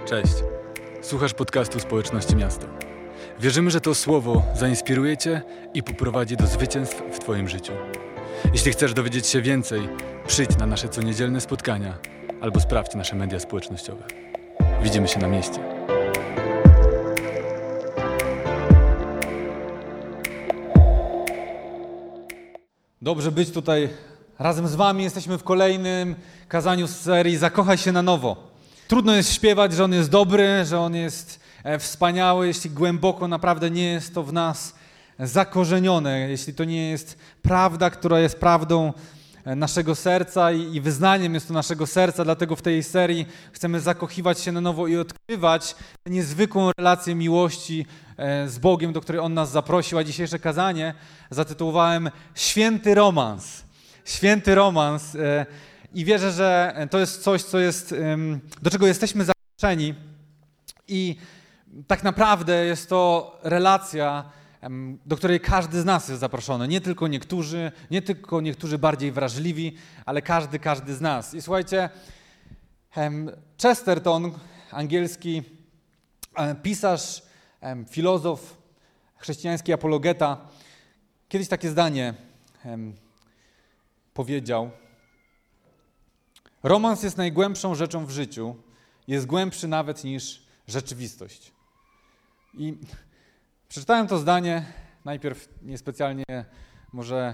Cześć. Słuchasz podcastu Społeczności Miasto. Wierzymy, że to słowo zainspiruje Cię i poprowadzi do zwycięstw w Twoim życiu. Jeśli chcesz dowiedzieć się więcej, przyjdź na nasze coniedzielne spotkania albo sprawdź nasze media społecznościowe. Widzimy się na mieście. Dobrze być tutaj razem z Wami. Jesteśmy w kolejnym kazaniu z serii Zakochaj się na nowo. Trudno jest śpiewać, że On jest dobry, że On jest wspaniały, jeśli głęboko naprawdę nie jest to w nas zakorzenione, jeśli to nie jest prawda, która jest prawdą naszego serca i wyznaniem jest to naszego serca, dlatego w tej serii chcemy zakochiwać się na nowo i odkrywać tę niezwykłą relację miłości z Bogiem, do której On nas zaprosił, a dzisiejsze kazanie zatytułowałem Święty Romans. Święty Romans i wierzę, że to jest coś, co jest, do czego jesteśmy zaproszeni i tak naprawdę jest to relacja, do której każdy z nas jest zaproszony. Nie tylko niektórzy bardziej wrażliwi, ale każdy z nas. I słuchajcie, Chesterton, angielski pisarz, filozof, chrześcijański apologeta, kiedyś takie zdanie powiedział: romans jest najgłębszą rzeczą w życiu, jest głębszy nawet niż rzeczywistość. I przeczytałem to zdanie, najpierw niespecjalnie może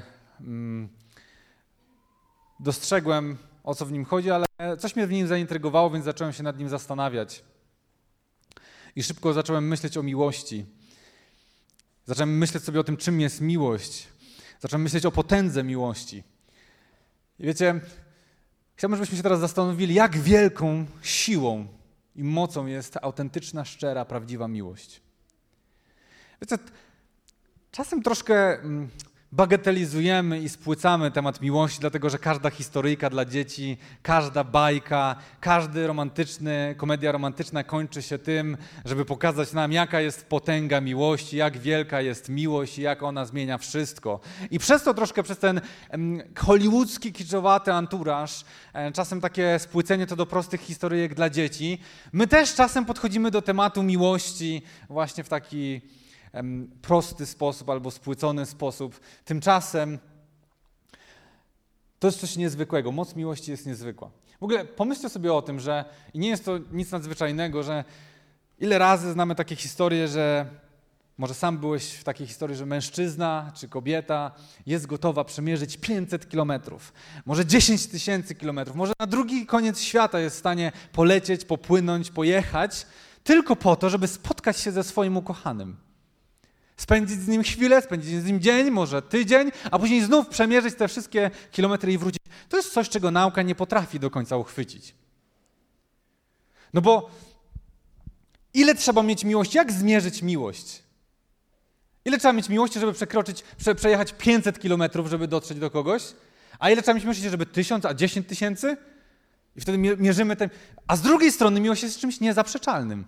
dostrzegłem, o co w nim chodzi, ale coś mnie w nim zaintrygowało, więc zacząłem się nad nim zastanawiać. I szybko zacząłem myśleć o miłości. Zacząłem myśleć sobie o tym, czym jest miłość. Zacząłem myśleć o potędze miłości. I wiecie, chciałbym, żebyśmy się teraz zastanowili, jak wielką siłą i mocą jest autentyczna, szczera, prawdziwa miłość. Wiecie, czasem troszkę bagatelizujemy i spłycamy temat miłości, dlatego że każda historyjka dla dzieci, każda bajka, komedia romantyczna kończy się tym, żeby pokazać nam, jaka jest potęga miłości, jak wielka jest miłość i jak ona zmienia wszystko. I przez ten hollywoodzki, kiczowaty anturaż, czasem takie spłycenie to do prostych historyjek dla dzieci, my też czasem podchodzimy do tematu miłości właśnie w taki prosty sposób albo spłycony sposób. Tymczasem to jest coś niezwykłego. Moc miłości jest niezwykła. W ogóle pomyślcie sobie o tym, że i nie jest to nic nadzwyczajnego, że ile razy znamy takie historie, że może sam byłeś w takiej historii, że mężczyzna czy kobieta jest gotowa przemierzyć 500 kilometrów, może 10 000 kilometrów, może na drugi koniec świata jest w stanie polecieć, popłynąć, pojechać, tylko po to, żeby spotkać się ze swoim ukochanym. Spędzić z nim chwilę, spędzić z nim dzień, może tydzień, a później znów przemierzyć te wszystkie kilometry i wrócić. To jest coś, czego nauka nie potrafi do końca uchwycić. No bo ile trzeba mieć miłości? Jak zmierzyć miłość? Ile trzeba mieć miłości, żeby przejechać 500 kilometrów, żeby dotrzeć do kogoś? A ile trzeba mieć miłości, żeby 1000, a 10 000? I wtedy mierzymy ten... A z drugiej strony miłość jest czymś niezaprzeczalnym.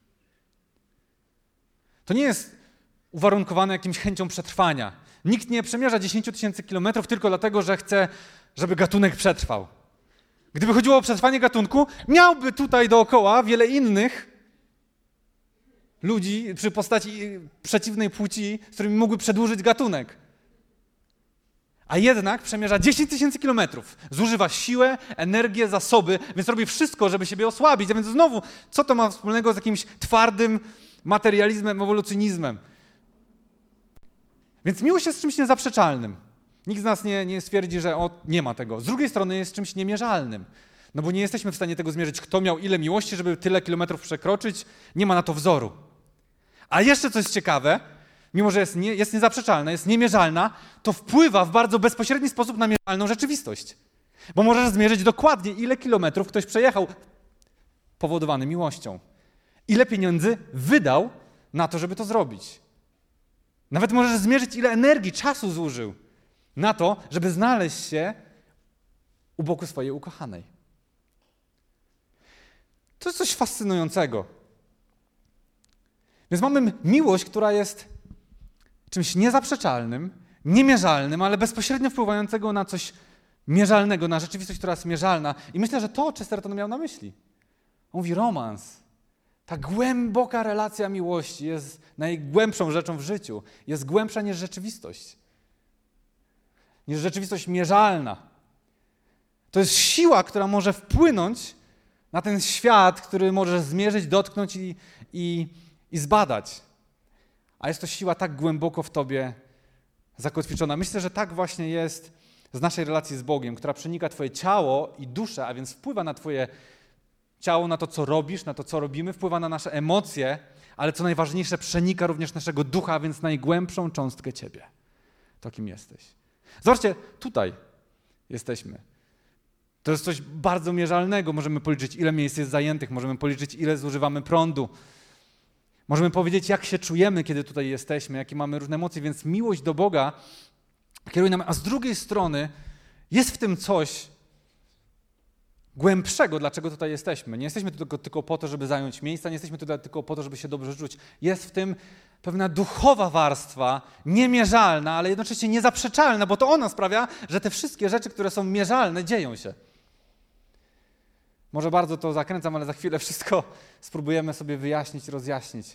To nie jest uwarunkowane jakimś chęcią przetrwania. Nikt nie przemierza 10 000 kilometrów tylko dlatego, że chce, żeby gatunek przetrwał. Gdyby chodziło o przetrwanie gatunku, miałby tutaj dookoła wiele innych ludzi przy postaci przeciwnej płci, z którymi mógłby przedłużyć gatunek. A jednak przemierza 10 000 kilometrów. Zużywa siłę, energię, zasoby, więc robi wszystko, żeby siebie osłabić. A więc znowu, co to ma wspólnego z jakimś twardym materializmem, ewolucjonizmem? Więc miłość jest czymś niezaprzeczalnym. Nikt z nas nie stwierdzi, że nie ma tego. Z drugiej strony jest czymś niemierzalnym. No bo nie jesteśmy w stanie tego zmierzyć, kto miał ile miłości, żeby tyle kilometrów przekroczyć. Nie ma na to wzoru. A jeszcze coś ciekawe, mimo że jest niezaprzeczalna, jest niemierzalna, to wpływa w bardzo bezpośredni sposób na mierzalną rzeczywistość. Bo możesz zmierzyć dokładnie, ile kilometrów ktoś przejechał powodowany miłością. Ile pieniędzy wydał na to, żeby to zrobić. Nawet możesz zmierzyć, ile energii, czasu zużył na to, żeby znaleźć się u boku swojej ukochanej. To jest coś fascynującego. Więc mamy miłość, która jest czymś niezaprzeczalnym, niemierzalnym, ale bezpośrednio wpływającego na coś mierzalnego, na rzeczywistość, która jest mierzalna. I myślę, że to Chesterton miał na myśli. On mówi romans. Ta głęboka relacja miłości jest najgłębszą rzeczą w życiu. Jest głębsza niż rzeczywistość. Niż rzeczywistość mierzalna. To jest siła, która może wpłynąć na ten świat, który możesz zmierzyć, dotknąć i zbadać. A jest to siła tak głęboko w tobie zakotwiczona. Myślę, że tak właśnie jest z naszej relacji z Bogiem, która przenika twoje ciało i duszę, a więc wpływa na twoje ciało, na to, co robisz, na to, co robimy, wpływa na nasze emocje, ale co najważniejsze, przenika również naszego ducha, a więc najgłębszą cząstkę ciebie. To, kim jesteś. Zobaczcie, tutaj jesteśmy. To jest coś bardzo mierzalnego. Możemy policzyć, ile miejsc jest zajętych, możemy policzyć, ile zużywamy prądu. Możemy powiedzieć, jak się czujemy, kiedy tutaj jesteśmy, jakie mamy różne emocje, więc miłość do Boga kieruje nam, a z drugiej strony jest w tym coś głębszego, dlaczego tutaj jesteśmy. Nie jesteśmy tu tylko po to, żeby zająć miejsca, nie jesteśmy tutaj tylko po to, żeby się dobrze czuć. Jest w tym pewna duchowa warstwa, niemierzalna, ale jednocześnie niezaprzeczalna, bo to ona sprawia, że te wszystkie rzeczy, które są mierzalne, dzieją się. Może bardzo to zakręcam, ale za chwilę wszystko spróbujemy sobie wyjaśnić, rozjaśnić.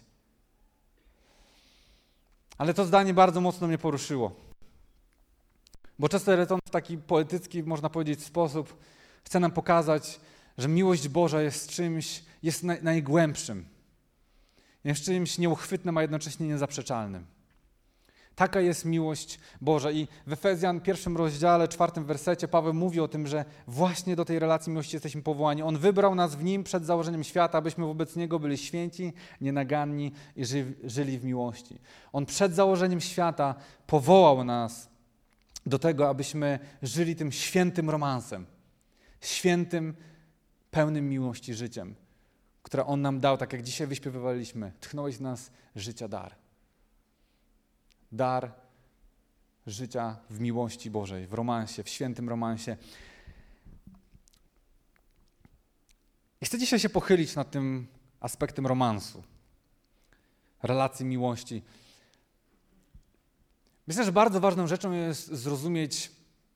Ale to zdanie bardzo mocno mnie poruszyło. Bo Chesterton w taki poetycki, można powiedzieć, sposób chce nam pokazać, że miłość Boża jest czymś, jest najgłębszym. Jest czymś nieuchwytnym, a jednocześnie niezaprzeczalnym. Taka jest miłość Boża. I w Efezjan 1 rozdziale, 4 wersecie Paweł mówi o tym, że właśnie do tej relacji miłości jesteśmy powołani. On wybrał nas w Nim przed założeniem świata, abyśmy wobec Niego byli święci, nienaganni i żyli w miłości. On przed założeniem świata powołał nas do tego, abyśmy żyli tym świętym romansem. Świętym, pełnym miłości życiem, które On nam dał, tak jak dzisiaj wyśpiewywaliśmy. Tchnąłeś w nas życia dar. Dar życia w miłości Bożej, w romansie, w świętym romansie. I chcę dzisiaj się pochylić nad tym aspektem romansu, relacji miłości. Myślę, że bardzo ważną rzeczą jest zrozumieć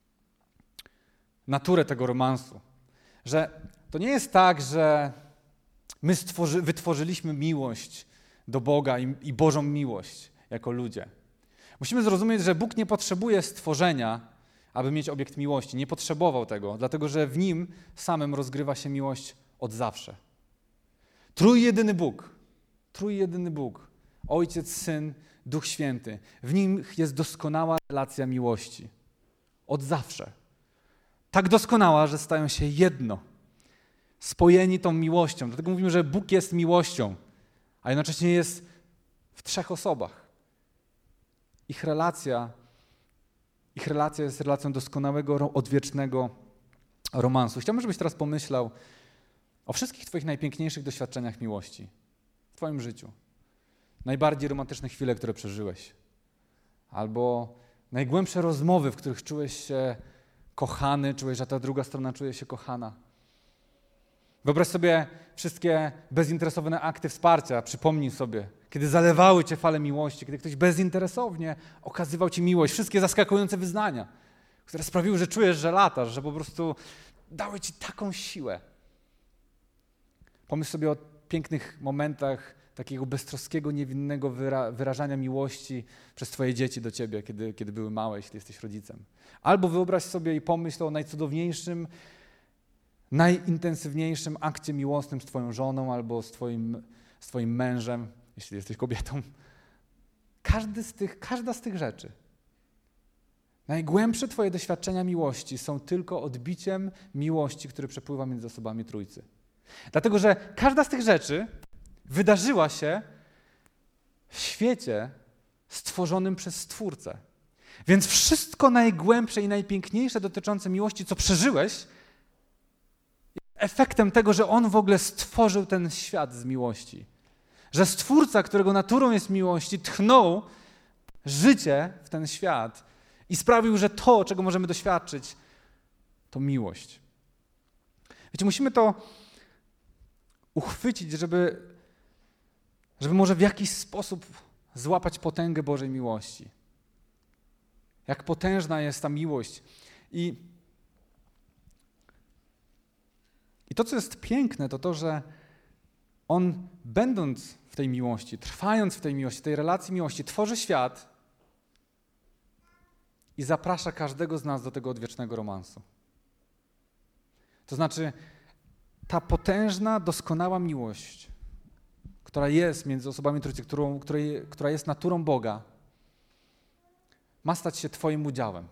naturę tego romansu. Że to nie jest tak, że my wytworzyliśmy miłość do Boga i Bożą miłość jako ludzie. Musimy zrozumieć, że Bóg nie potrzebuje stworzenia, aby mieć obiekt miłości. Nie potrzebował tego, dlatego że w Nim samym rozgrywa się miłość od zawsze. Trójjedyny Bóg, Ojciec, Syn, Duch Święty. W Nim jest doskonała relacja miłości. Od zawsze. Tak doskonała, że stają się jedno. Spojeni tą miłością. Dlatego mówimy, że Bóg jest miłością, a jednocześnie jest w trzech osobach. Ich relacja jest relacją doskonałego, odwiecznego romansu. Chciałbym, żebyś teraz pomyślał o wszystkich twoich najpiękniejszych doświadczeniach miłości w twoim życiu. Najbardziej romantyczne chwile, które przeżyłeś. Albo najgłębsze rozmowy, w których czułeś się kochany, czułeś, że ta druga strona czuje się kochana. Wyobraź sobie wszystkie bezinteresowne akty wsparcia. Przypomnij sobie, kiedy zalewały cię fale miłości, kiedy ktoś bezinteresownie okazywał ci miłość. Wszystkie zaskakujące wyznania, które sprawiły, że czujesz, że latasz, że po prostu dały ci taką siłę. Pomyśl sobie o pięknych momentach takiego beztroskiego, niewinnego wyrażania miłości przez twoje dzieci do ciebie, kiedy były małe, jeśli jesteś rodzicem. Albo wyobraź sobie i pomyśl o najcudowniejszym, najintensywniejszym akcie miłosnym z twoją żoną albo z twoim mężem, jeśli jesteś kobietą. Każda z tych rzeczy, najgłębsze twoje doświadczenia miłości są tylko odbiciem miłości, który przepływa między osobami Trójcy. Dlatego, że każda z tych rzeczy wydarzyła się w świecie stworzonym przez Stwórcę. Więc wszystko najgłębsze i najpiękniejsze dotyczące miłości, co przeżyłeś, jest efektem tego, że On w ogóle stworzył ten świat z miłości. Że Stwórca, którego naturą jest miłości, tchnął życie w ten świat i sprawił, że to, czego możemy doświadczyć, to miłość. Wiecie, musimy to uchwycić, żeby może w jakiś sposób złapać potęgę Bożej miłości. Jak potężna jest ta miłość. I to, co jest piękne, to to, że On, będąc w tej miłości, trwając w tej miłości, w tej relacji miłości, tworzy świat i zaprasza każdego z nas do tego odwiecznego romansu. To znaczy, ta potężna, doskonała miłość, która jest między osobami Trójcy, która jest naturą Boga, ma stać się Twoim udziałem.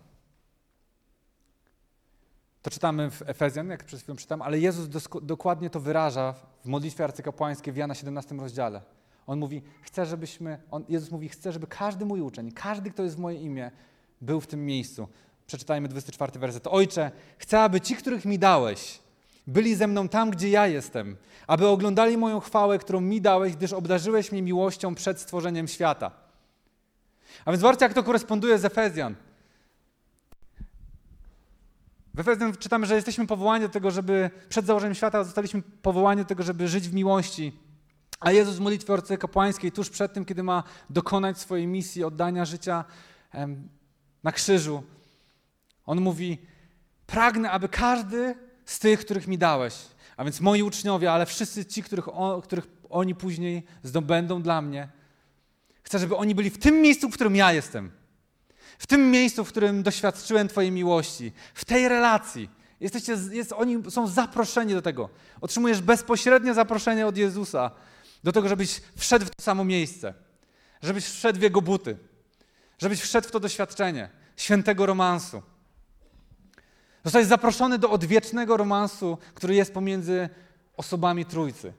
To czytamy w Efezjan, jak przed chwilą czytam, ale Jezus dokładnie to wyraża w modlitwie arcykapłańskiej w Jana 17 rozdziale. Jezus mówi, chcę, żeby każdy mój uczeń, każdy, kto jest w moje imię, był w tym miejscu. Przeczytajmy 24 werset. Ojcze, chcę, aby ci, których mi dałeś, byli ze mną tam, gdzie ja jestem, aby oglądali moją chwałę, którą mi dałeś, gdyż obdarzyłeś mnie miłością przed stworzeniem świata. A więc zobaczcie, jak to koresponduje z Efezjan. W Efezjan czytamy, że jesteśmy powołani do tego, żeby przed założeniem świata zostaliśmy powołani do tego, żeby żyć w miłości. A Jezus w modlitwie arcykapłańskiej, tuż przed tym, kiedy ma dokonać swojej misji oddania życia na krzyżu, On mówi, pragnę, aby każdy z tych, których mi dałeś, a więc moi uczniowie, ale wszyscy ci, których oni później zdobędą dla mnie, chcę, żeby oni byli w tym miejscu, w którym ja jestem. W tym miejscu, w którym doświadczyłem Twojej miłości. W tej relacji. Oni są zaproszeni do tego. Otrzymujesz bezpośrednie zaproszenie od Jezusa do tego, żebyś wszedł w to samo miejsce. Żebyś wszedł w Jego buty. Żebyś wszedł w to doświadczenie świętego romansu. Zostałeś zaproszony do odwiecznego romansu, który jest pomiędzy osobami Trójcy.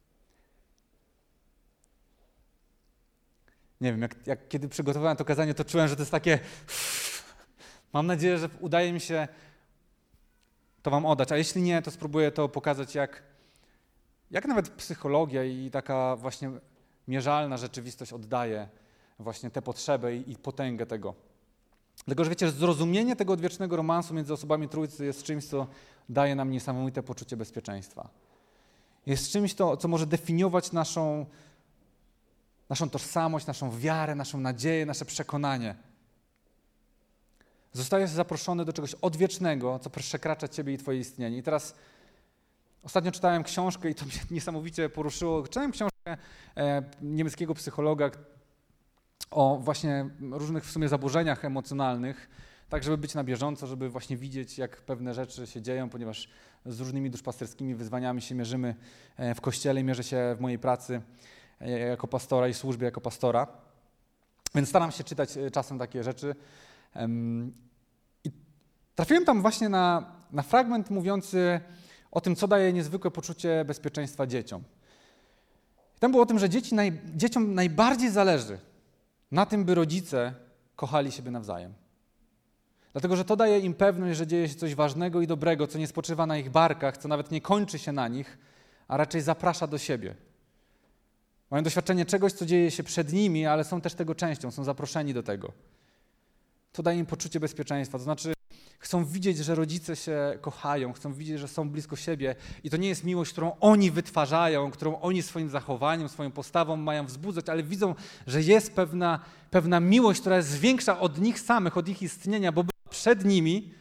Nie wiem, jak kiedy przygotowałem to kazanie, to czułem, że to jest takie... Mam nadzieję, że udaje mi się to wam oddać, a jeśli nie, to spróbuję to pokazać, jak nawet psychologia i taka właśnie mierzalna rzeczywistość oddaje właśnie tę potrzebę i potęgę tego. Dlatego, że wiecie, zrozumienie tego odwiecznego romansu między osobami Trójcy jest czymś, co daje nam niesamowite poczucie bezpieczeństwa. Jest czymś, co może definiować naszą tożsamość, naszą wiarę, naszą nadzieję, nasze przekonanie. Zostajesz zaproszony do czegoś odwiecznego, co przekracza Ciebie i Twoje istnienie. I teraz ostatnio czytałem książkę i to mnie niesamowicie poruszyło. Czytałem książkę niemieckiego psychologa o właśnie różnych w sumie zaburzeniach emocjonalnych, tak żeby być na bieżąco, żeby właśnie widzieć, jak pewne rzeczy się dzieją, ponieważ z różnymi duszpasterskimi wyzwaniami się mierzymy w Kościele i mierzę się w mojej pracy jako pastora i służbie jako pastora. Więc staram się czytać czasem takie rzeczy. I trafiłem tam właśnie na fragment mówiący o tym, co daje niezwykłe poczucie bezpieczeństwa dzieciom. I tam było o tym, że dzieciom najbardziej zależy na tym, by rodzice kochali siebie nawzajem. Dlatego, że to daje im pewność, że dzieje się coś ważnego i dobrego, co nie spoczywa na ich barkach, co nawet nie kończy się na nich, a raczej zaprasza do siebie. Mają doświadczenie czegoś, co dzieje się przed nimi, ale są też tego częścią, są zaproszeni do tego. To daje im poczucie bezpieczeństwa, to znaczy chcą widzieć, że rodzice się kochają, chcą widzieć, że są blisko siebie i to nie jest miłość, którą oni wytwarzają, którą oni swoim zachowaniem, swoją postawą mają wzbudzać, ale widzą, że jest pewna miłość, która jest większa od nich samych, od ich istnienia, bo była przed nimi,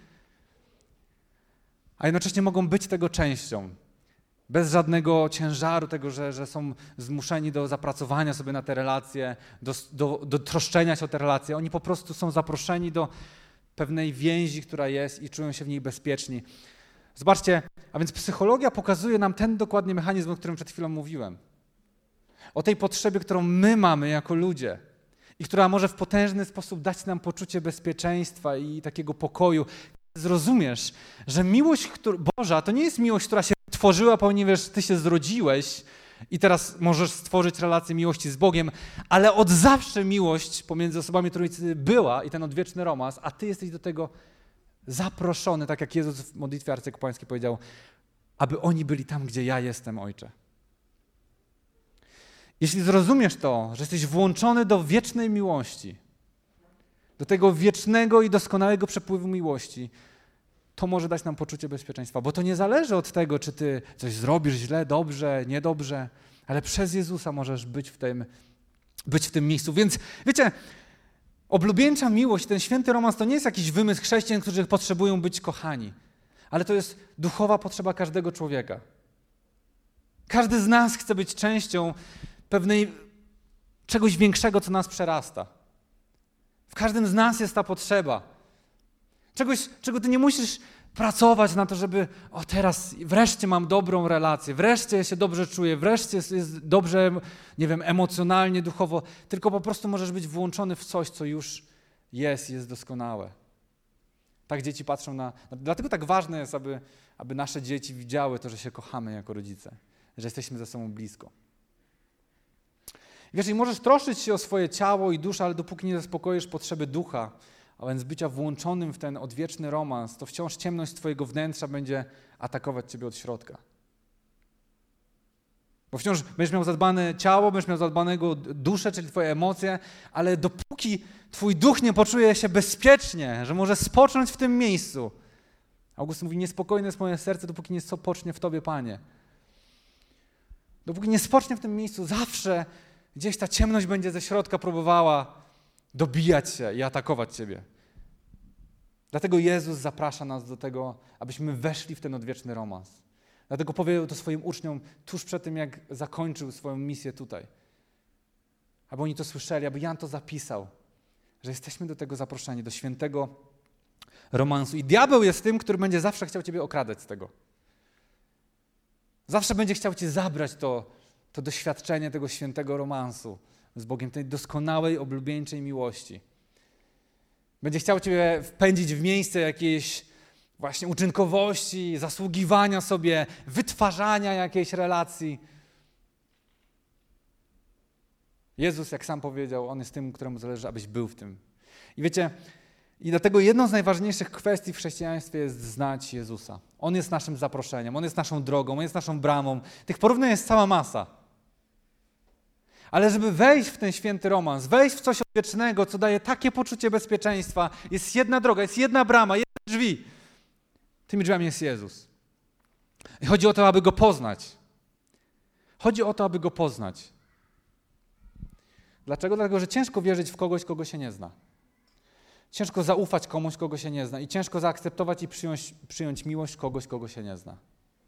a jednocześnie mogą być tego częścią. Bez żadnego ciężaru tego, że są zmuszeni do zapracowania sobie na te relacje, do troszczenia się o te relacje. Oni po prostu są zaproszeni do pewnej więzi, która jest i czują się w niej bezpieczni. Zobaczcie, a więc psychologia pokazuje nam ten dokładnie mechanizm, o którym przed chwilą mówiłem. O tej potrzebie, którą my mamy jako ludzie i która może w potężny sposób dać nam poczucie bezpieczeństwa i takiego pokoju. Zrozumiesz, że miłość Boża to nie jest miłość, która się tworzyła, ponieważ ty się zrodziłeś i teraz możesz stworzyć relację miłości z Bogiem, ale od zawsze miłość pomiędzy osobami Trójcy była i ten odwieczny romans, a ty jesteś do tego zaproszony, tak jak Jezus w modlitwie arcykapłańskiej powiedział, aby oni byli tam, gdzie ja jestem, Ojcze. Jeśli zrozumiesz to, że jesteś włączony do wiecznej miłości, do tego wiecznego i doskonałego przepływu miłości, to może dać nam poczucie bezpieczeństwa, bo to nie zależy od tego, czy ty coś zrobisz źle, dobrze, niedobrze, ale przez Jezusa możesz być w tym miejscu. Więc wiecie, oblubieńcza miłość, ten święty romans to nie jest jakiś wymysł chrześcijan, którzy potrzebują być kochani, ale to jest duchowa potrzeba każdego człowieka. Każdy z nas chce być częścią czegoś większego, co nas przerasta. W każdym z nas jest ta potrzeba. Czegoś, czego ty nie musisz pracować na to, żeby teraz wreszcie mam dobrą relację, wreszcie się dobrze czuję, wreszcie jest dobrze, nie wiem, emocjonalnie, duchowo, tylko po prostu możesz być włączony w coś, co już jest doskonałe. Tak dzieci patrzą dlatego tak ważne jest, aby nasze dzieci widziały to, że się kochamy jako rodzice, że jesteśmy ze sobą blisko. Wiesz, i możesz troszczyć się o swoje ciało i duszę, ale dopóki nie zaspokoisz potrzeby ducha, a więc bycia włączonym w ten odwieczny romans, to wciąż ciemność twojego wnętrza będzie atakować ciebie od środka. Bo wciąż będziesz miał zadbane ciało, będziesz miał zadbanego duszę, czyli twoje emocje, ale dopóki twój duch nie poczuje się bezpiecznie, że może spocząć w tym miejscu. Augustyn mówi, niespokojne jest moje serce, dopóki nie spocznie w Tobie, Panie. Dopóki nie spocznie w tym miejscu, zawsze gdzieś ta ciemność będzie ze środka próbowała dobijać się i atakować Ciebie. Dlatego Jezus zaprasza nas do tego, abyśmy weszli w ten odwieczny romans. Dlatego powiedział to swoim uczniom tuż przed tym, jak zakończył swoją misję tutaj. Aby oni to słyszeli, aby Jan to zapisał, że jesteśmy do tego zaproszeni, do świętego romansu. I diabeł jest tym, który będzie zawsze chciał Ciebie okradać z tego. Zawsze będzie chciał Ci zabrać to doświadczenie tego świętego romansu z Bogiem, tej doskonałej, oblubieńczej miłości. Będzie chciał Ciebie wpędzić w miejsce jakiejś właśnie uczynkowości, zasługiwania sobie, wytwarzania jakiejś relacji. Jezus, jak sam powiedział, On jest tym, któremu zależy, abyś był w tym. I wiecie, i dlatego jedną z najważniejszych kwestii w chrześcijaństwie jest znać Jezusa. On jest naszym zaproszeniem, On jest naszą drogą, On jest naszą bramą. Tych porównań jest cała masa. Ale żeby wejść w ten święty romans, wejść w coś odwiecznego, co daje takie poczucie bezpieczeństwa, jest jedna droga, jest jedna brama, jedne drzwi. Tymi drzwiami jest Jezus. I chodzi o to, aby Go poznać. Chodzi o to, aby Go poznać. Dlaczego? Dlatego, że ciężko wierzyć w kogoś, kogo się nie zna. Ciężko zaufać komuś, kogo się nie zna. I ciężko zaakceptować i przyjąć miłość kogoś, kogo się nie zna.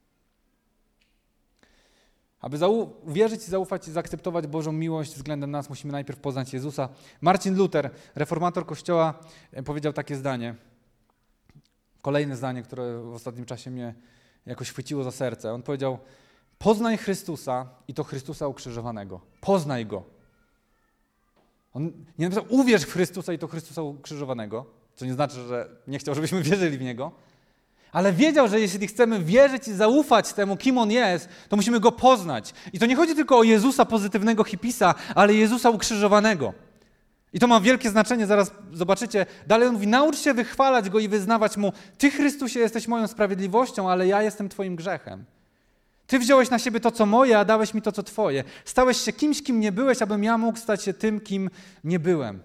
Aby uwierzyć i zaufać i zaakceptować Bożą miłość względem nas, musimy najpierw poznać Jezusa. Marcin Luther, reformator Kościoła, powiedział takie zdanie. Kolejne zdanie, które w ostatnim czasie mnie jakoś chwyciło za serce. On powiedział, poznaj Chrystusa i to Chrystusa ukrzyżowanego. Poznaj Go. On nie napisał, uwierz w Chrystusa i to Chrystusa ukrzyżowanego, co nie znaczy, że nie chciał, żebyśmy wierzyli w Niego, ale wiedział, że jeśli chcemy wierzyć i zaufać temu, kim On jest, to musimy Go poznać. I to nie chodzi tylko o Jezusa pozytywnego hipisa, ale Jezusa ukrzyżowanego. I to ma wielkie znaczenie, zaraz zobaczycie. Dalej on mówi, naucz się wychwalać Go i wyznawać Mu, Ty, Chrystusie, jesteś moją sprawiedliwością, ale ja jestem Twoim grzechem. Ty wziąłeś na siebie to, co moje, a dałeś mi to, co Twoje. Stałeś się kimś, kim nie byłeś, abym ja mógł stać się tym, kim nie byłem.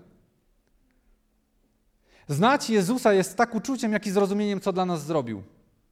Znać Jezusa jest tak uczuciem, jak i zrozumieniem, co dla nas zrobił.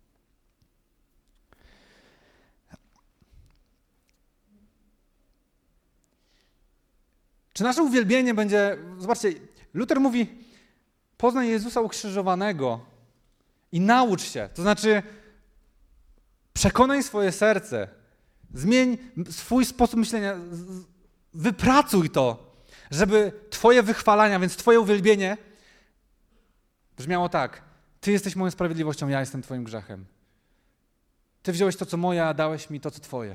Czy nasze uwielbienie będzie... Zobaczcie, Luther mówi, poznaj Jezusa ukrzyżowanego i naucz się. To znaczy, przekonaj swoje serce, zmień swój sposób myślenia, wypracuj to, żeby Twoje wychwalania, więc Twoje uwielbienie brzmiało tak, Ty jesteś moją sprawiedliwością, ja jestem Twoim grzechem. Ty wziąłeś to, co moje, a dałeś mi to, co Twoje.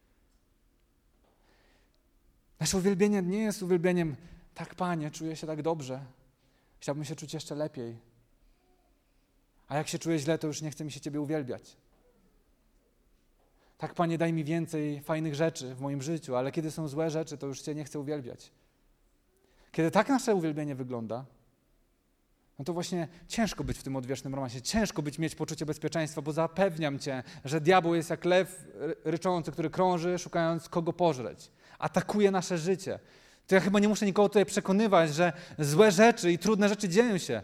Nasze uwielbienie nie jest uwielbieniem, tak Panie, czuję się tak dobrze, chciałbym się czuć jeszcze lepiej. A jak się czuję źle, to już nie chce mi się Ciebie uwielbiać. Tak, Panie, daj mi więcej fajnych rzeczy w moim życiu, ale kiedy są złe rzeczy, to już Cię nie chcę uwielbiać. Kiedy tak nasze uwielbienie wygląda, no to właśnie ciężko być w tym odwiecznym romansie, ciężko mieć poczucie bezpieczeństwa, bo zapewniam Cię, że diabeł jest jak lew ryczący, który krąży, szukając kogo pożreć. Atakuje nasze życie. To ja chyba nie muszę nikogo tutaj przekonywać, że złe rzeczy i trudne rzeczy dzieją się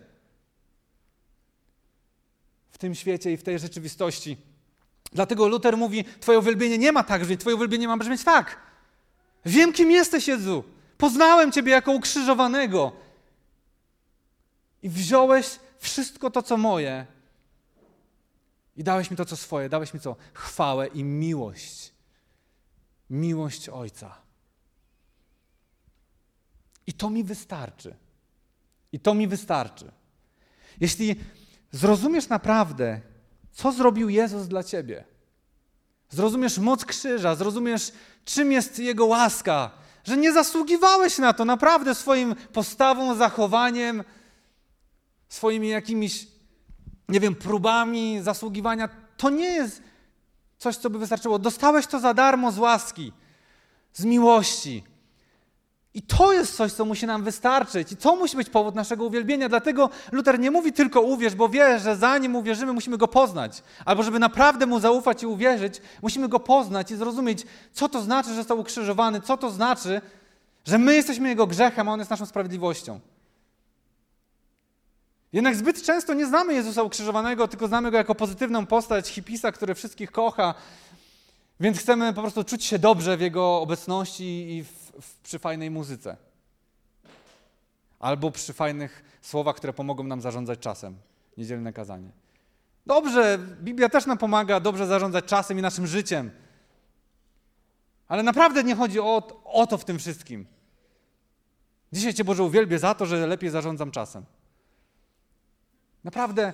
w tym świecie i w tej rzeczywistości. Dlatego Luther mówi, Twoje uwielbienie nie ma tak brzmieć, Twoje uwielbienie ma brzmieć tak. Wiem, kim jesteś, Jezu. Poznałem Ciebie jako ukrzyżowanego. I wziąłeś wszystko to, co moje i dałeś mi to, co swoje. Dałeś mi co? Chwałę i miłość. miłość Ojca. I to mi wystarczy. I to mi wystarczy. Jeśli zrozumiesz naprawdę, co zrobił Jezus dla ciebie, zrozumiesz moc krzyża, zrozumiesz, czym jest Jego łaska, że nie zasługiwałeś na to naprawdę swoim postawą, zachowaniem, swoimi jakimiś, próbami zasługiwania. To nie jest coś, co by wystarczyło. Dostałeś to za darmo z łaski, z miłości. I to jest coś, co musi nam wystarczyć. I to musi być powód naszego uwielbienia. Dlatego Luter nie mówi tylko uwierz, bo wie, że zanim uwierzymy, musimy Go poznać. Albo żeby naprawdę Mu zaufać i uwierzyć, musimy Go poznać i zrozumieć, co to znaczy, że został ukrzyżowany, co to znaczy, że my jesteśmy Jego grzechem, a On jest naszą sprawiedliwością. Jednak zbyt często nie znamy Jezusa ukrzyżowanego, tylko znamy Go jako pozytywną postać hipisa, który wszystkich kocha, więc chcemy po prostu czuć się dobrze w Jego obecności i przy fajnej muzyce. Albo przy fajnych słowach, które pomogą nam zarządzać czasem. Niedzielne kazanie. Dobrze, Biblia też nam pomaga dobrze zarządzać czasem i naszym życiem. Ale naprawdę nie chodzi o to w tym wszystkim. Dzisiaj Cię Boże uwielbię za to, że lepiej zarządzam czasem. Naprawdę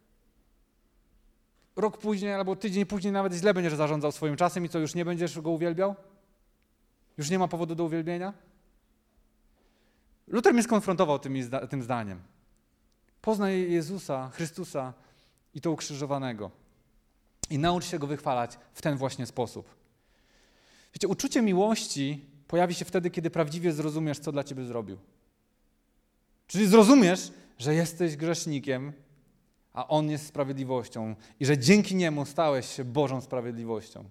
rok później albo tydzień później nawet źle będziesz zarządzał swoim czasem i co, już nie będziesz Go uwielbiał? Już nie ma powodu do uwielbienia? Luter mnie skonfrontował tym zdaniem. Poznaj Jezusa, Chrystusa i to ukrzyżowanego. I naucz się Go wychwalać w ten właśnie sposób. Wiecie, uczucie miłości pojawi się wtedy, kiedy prawdziwie zrozumiesz, co dla Ciebie zrobił. Czyli zrozumiesz, że jesteś grzesznikiem, a On jest sprawiedliwością i że dzięki Niemu stałeś się Bożą sprawiedliwością.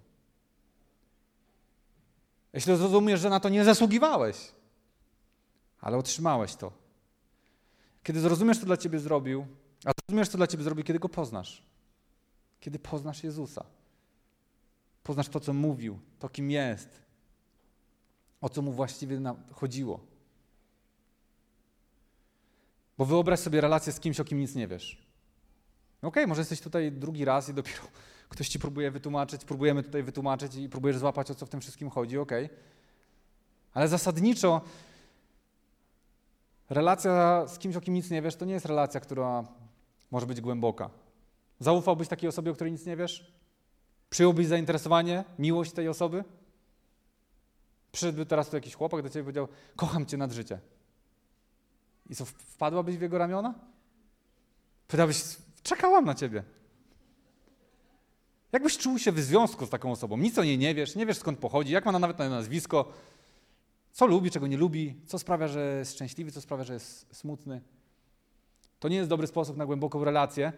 Jeśli zrozumiesz, że na to nie zasługiwałeś, ale otrzymałeś to. Kiedy zrozumiesz, co dla Ciebie zrobił, a zrozumiesz, co dla Ciebie zrobił, kiedy Go poznasz. Kiedy poznasz Jezusa. Poznasz to, co mówił, to, kim jest, o co Mu właściwie chodziło. Bo wyobraź sobie relację z kimś, o kim nic nie wiesz. Okej, może jesteś tutaj drugi raz i dopiero ktoś Ci próbuje wytłumaczyć, próbujemy tutaj wytłumaczyć i próbujesz złapać, o co w tym wszystkim chodzi, Ale zasadniczo relacja z kimś, o kim nic nie wiesz, to nie jest relacja, która może być głęboka. Zaufałbyś takiej osobie, o której nic nie wiesz? Przyjąłbyś zainteresowanie, miłość tej osoby? Przyszedłby teraz tu jakiś chłopak do Ciebie i powiedział, kocham Cię nad życie. I co, wpadłabyś w jego ramiona? Pytałbyś, czekałam na Ciebie. Jak byś czuł się w związku z taką osobą? Nic o niej nie wiesz skąd pochodzi, jak ma nawet na nazwisko, co lubi, czego nie lubi, co sprawia, że jest szczęśliwy, co sprawia, że jest smutny. To nie jest dobry sposób na głęboką relację.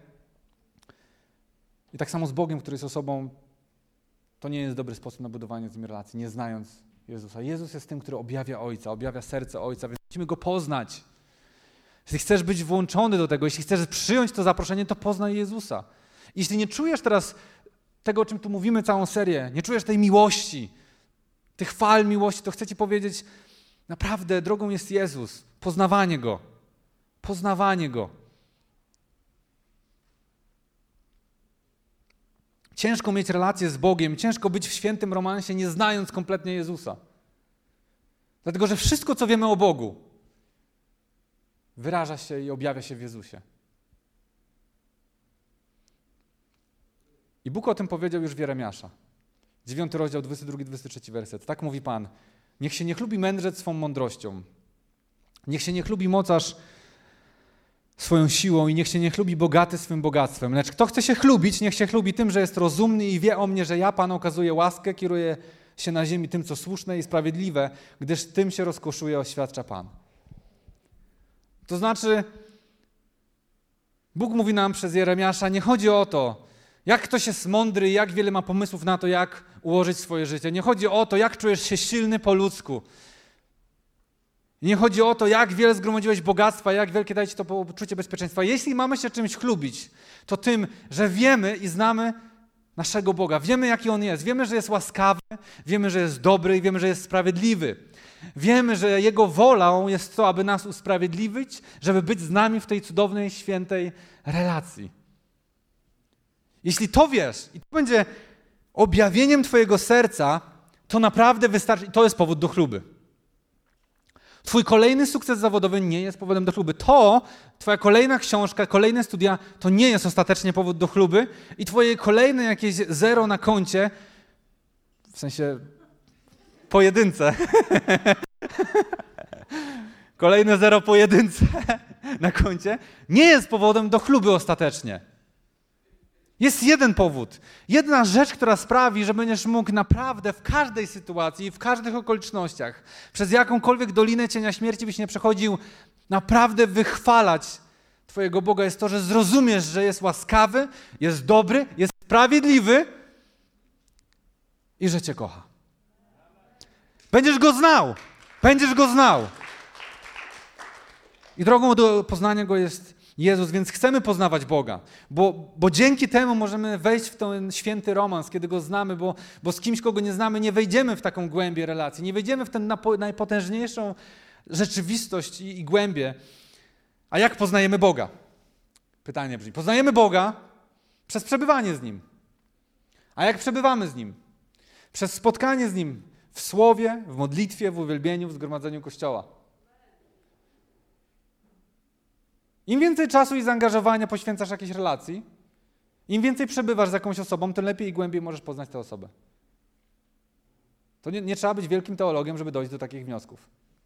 I tak samo z Bogiem, który jest osobą, to nie jest dobry sposób na budowanie z nim relacji, nie znając Jezusa. Jezus jest tym, który objawia Ojca, objawia serce Ojca, więc musimy Go poznać. Jeśli chcesz być włączony do tego, jeśli chcesz przyjąć to zaproszenie, to poznaj Jezusa. Jeśli nie czujesz teraz tego, o czym tu mówimy całą serię, nie czujesz tej miłości, tych fal miłości, to chcę Ci powiedzieć, naprawdę drogą jest Jezus, poznawanie Go. Poznawanie Go. Ciężko mieć relację z Bogiem, ciężko być w świętym romansie, nie znając kompletnie Jezusa. Dlatego, że wszystko, co wiemy o Bogu, wyraża się i objawia się w Jezusie. I Bóg o tym powiedział już w Jeremiasza. 9 rozdział, 22-23 werset. Tak mówi Pan. Niech się nie chlubi mędrzec swą mądrością. Niech się nie chlubi mocarz swoją siłą i niech się nie chlubi bogaty swym bogactwem. Lecz kto chce się chlubić, niech się chlubi tym, że jest rozumny i wie o mnie, że ja Panu okazuję łaskę, kieruję się na ziemi tym, co słuszne i sprawiedliwe, gdyż tym się rozkoszuje, oświadcza Pan. To znaczy, Bóg mówi nam przez Jeremiasza, nie chodzi o to, jak ktoś jest mądry i jak wiele ma pomysłów na to, jak ułożyć swoje życie. Nie chodzi o to, jak czujesz się silny po ludzku. Nie chodzi o to, jak wiele zgromadziłeś bogactwa, jak wielkie daje Ci to poczucie bezpieczeństwa. Jeśli mamy się czymś chlubić, to tym, że wiemy i znamy naszego Boga. Wiemy, jaki On jest. Wiemy, że jest łaskawy, wiemy, że jest dobry i wiemy, że jest sprawiedliwy. Wiemy, że Jego wolą jest to, aby nas usprawiedliwić, żeby być z nami w tej cudownej, świętej relacji. Jeśli to wiesz i to będzie objawieniem Twojego serca, to naprawdę wystarczy. To jest powód do chluby. Twój kolejny sukces zawodowy nie jest powodem do chluby. Twoja kolejna książka, kolejne studia, to nie jest ostatecznie powód do chluby i twoje kolejne jakieś zero na koncie, w sensie pojedynce, kolejne zero pojedynce na koncie, nie jest powodem do chluby ostatecznie. Jest jeden powód, jedna rzecz, która sprawi, że będziesz mógł naprawdę w każdej sytuacji, w każdych okolicznościach, przez jakąkolwiek dolinę cienia śmierci byś nie przechodził, naprawdę wychwalać Twojego Boga, jest to, że zrozumiesz, że jest łaskawy, jest dobry, jest sprawiedliwy i że Cię kocha. Będziesz Go znał. Będziesz Go znał. I drogą do poznania Go jest Jezus, więc chcemy poznawać Boga, bo dzięki temu możemy wejść w ten święty romans, kiedy Go znamy, bo z kimś, kogo nie znamy, nie wejdziemy w taką głębię relacji, nie wejdziemy w tę najpotężniejszą rzeczywistość i głębię. A jak poznajemy Boga? Pytanie brzmi. Poznajemy Boga przez przebywanie z Nim. A jak przebywamy z Nim? Przez spotkanie z Nim w słowie, w modlitwie, w uwielbieniu, w zgromadzeniu Kościoła. Im więcej czasu i zaangażowania poświęcasz jakiejś relacji, im więcej przebywasz z jakąś osobą, tym lepiej i głębiej możesz poznać tę osobę. To nie trzeba być wielkim teologiem, żeby dojść do takich wniosków.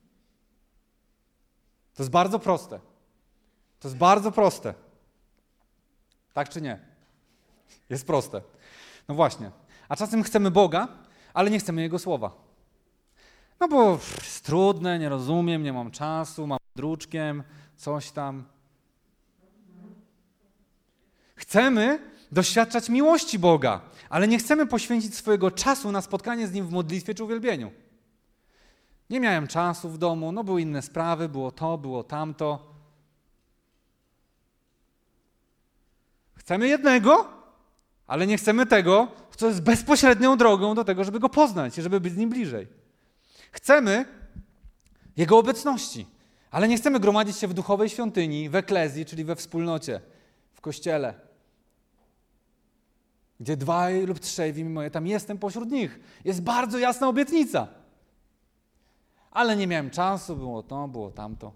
To jest bardzo proste. To jest bardzo proste. Tak czy nie? Jest proste. No właśnie. A czasem chcemy Boga, ale nie chcemy Jego słowa. No bo jest trudne, nie rozumiem, nie mam czasu, mam druczkiem, coś tam. Chcemy doświadczać miłości Boga, ale nie chcemy poświęcić swojego czasu na spotkanie z Nim w modlitwie czy uwielbieniu. Nie miałem czasu w domu, no były inne sprawy, było to, było tamto. Chcemy jednego, ale nie chcemy tego, co jest bezpośrednią drogą do tego, żeby Go poznać i żeby być z Nim bliżej. Chcemy Jego obecności, ale nie chcemy gromadzić się w duchowej świątyni, w eklezji, czyli we wspólnocie, w kościele, gdzie 2 lub 3 w imię moje, tam jestem pośród nich. Jest bardzo jasna obietnica. Ale nie miałem czasu, było to, było tamto.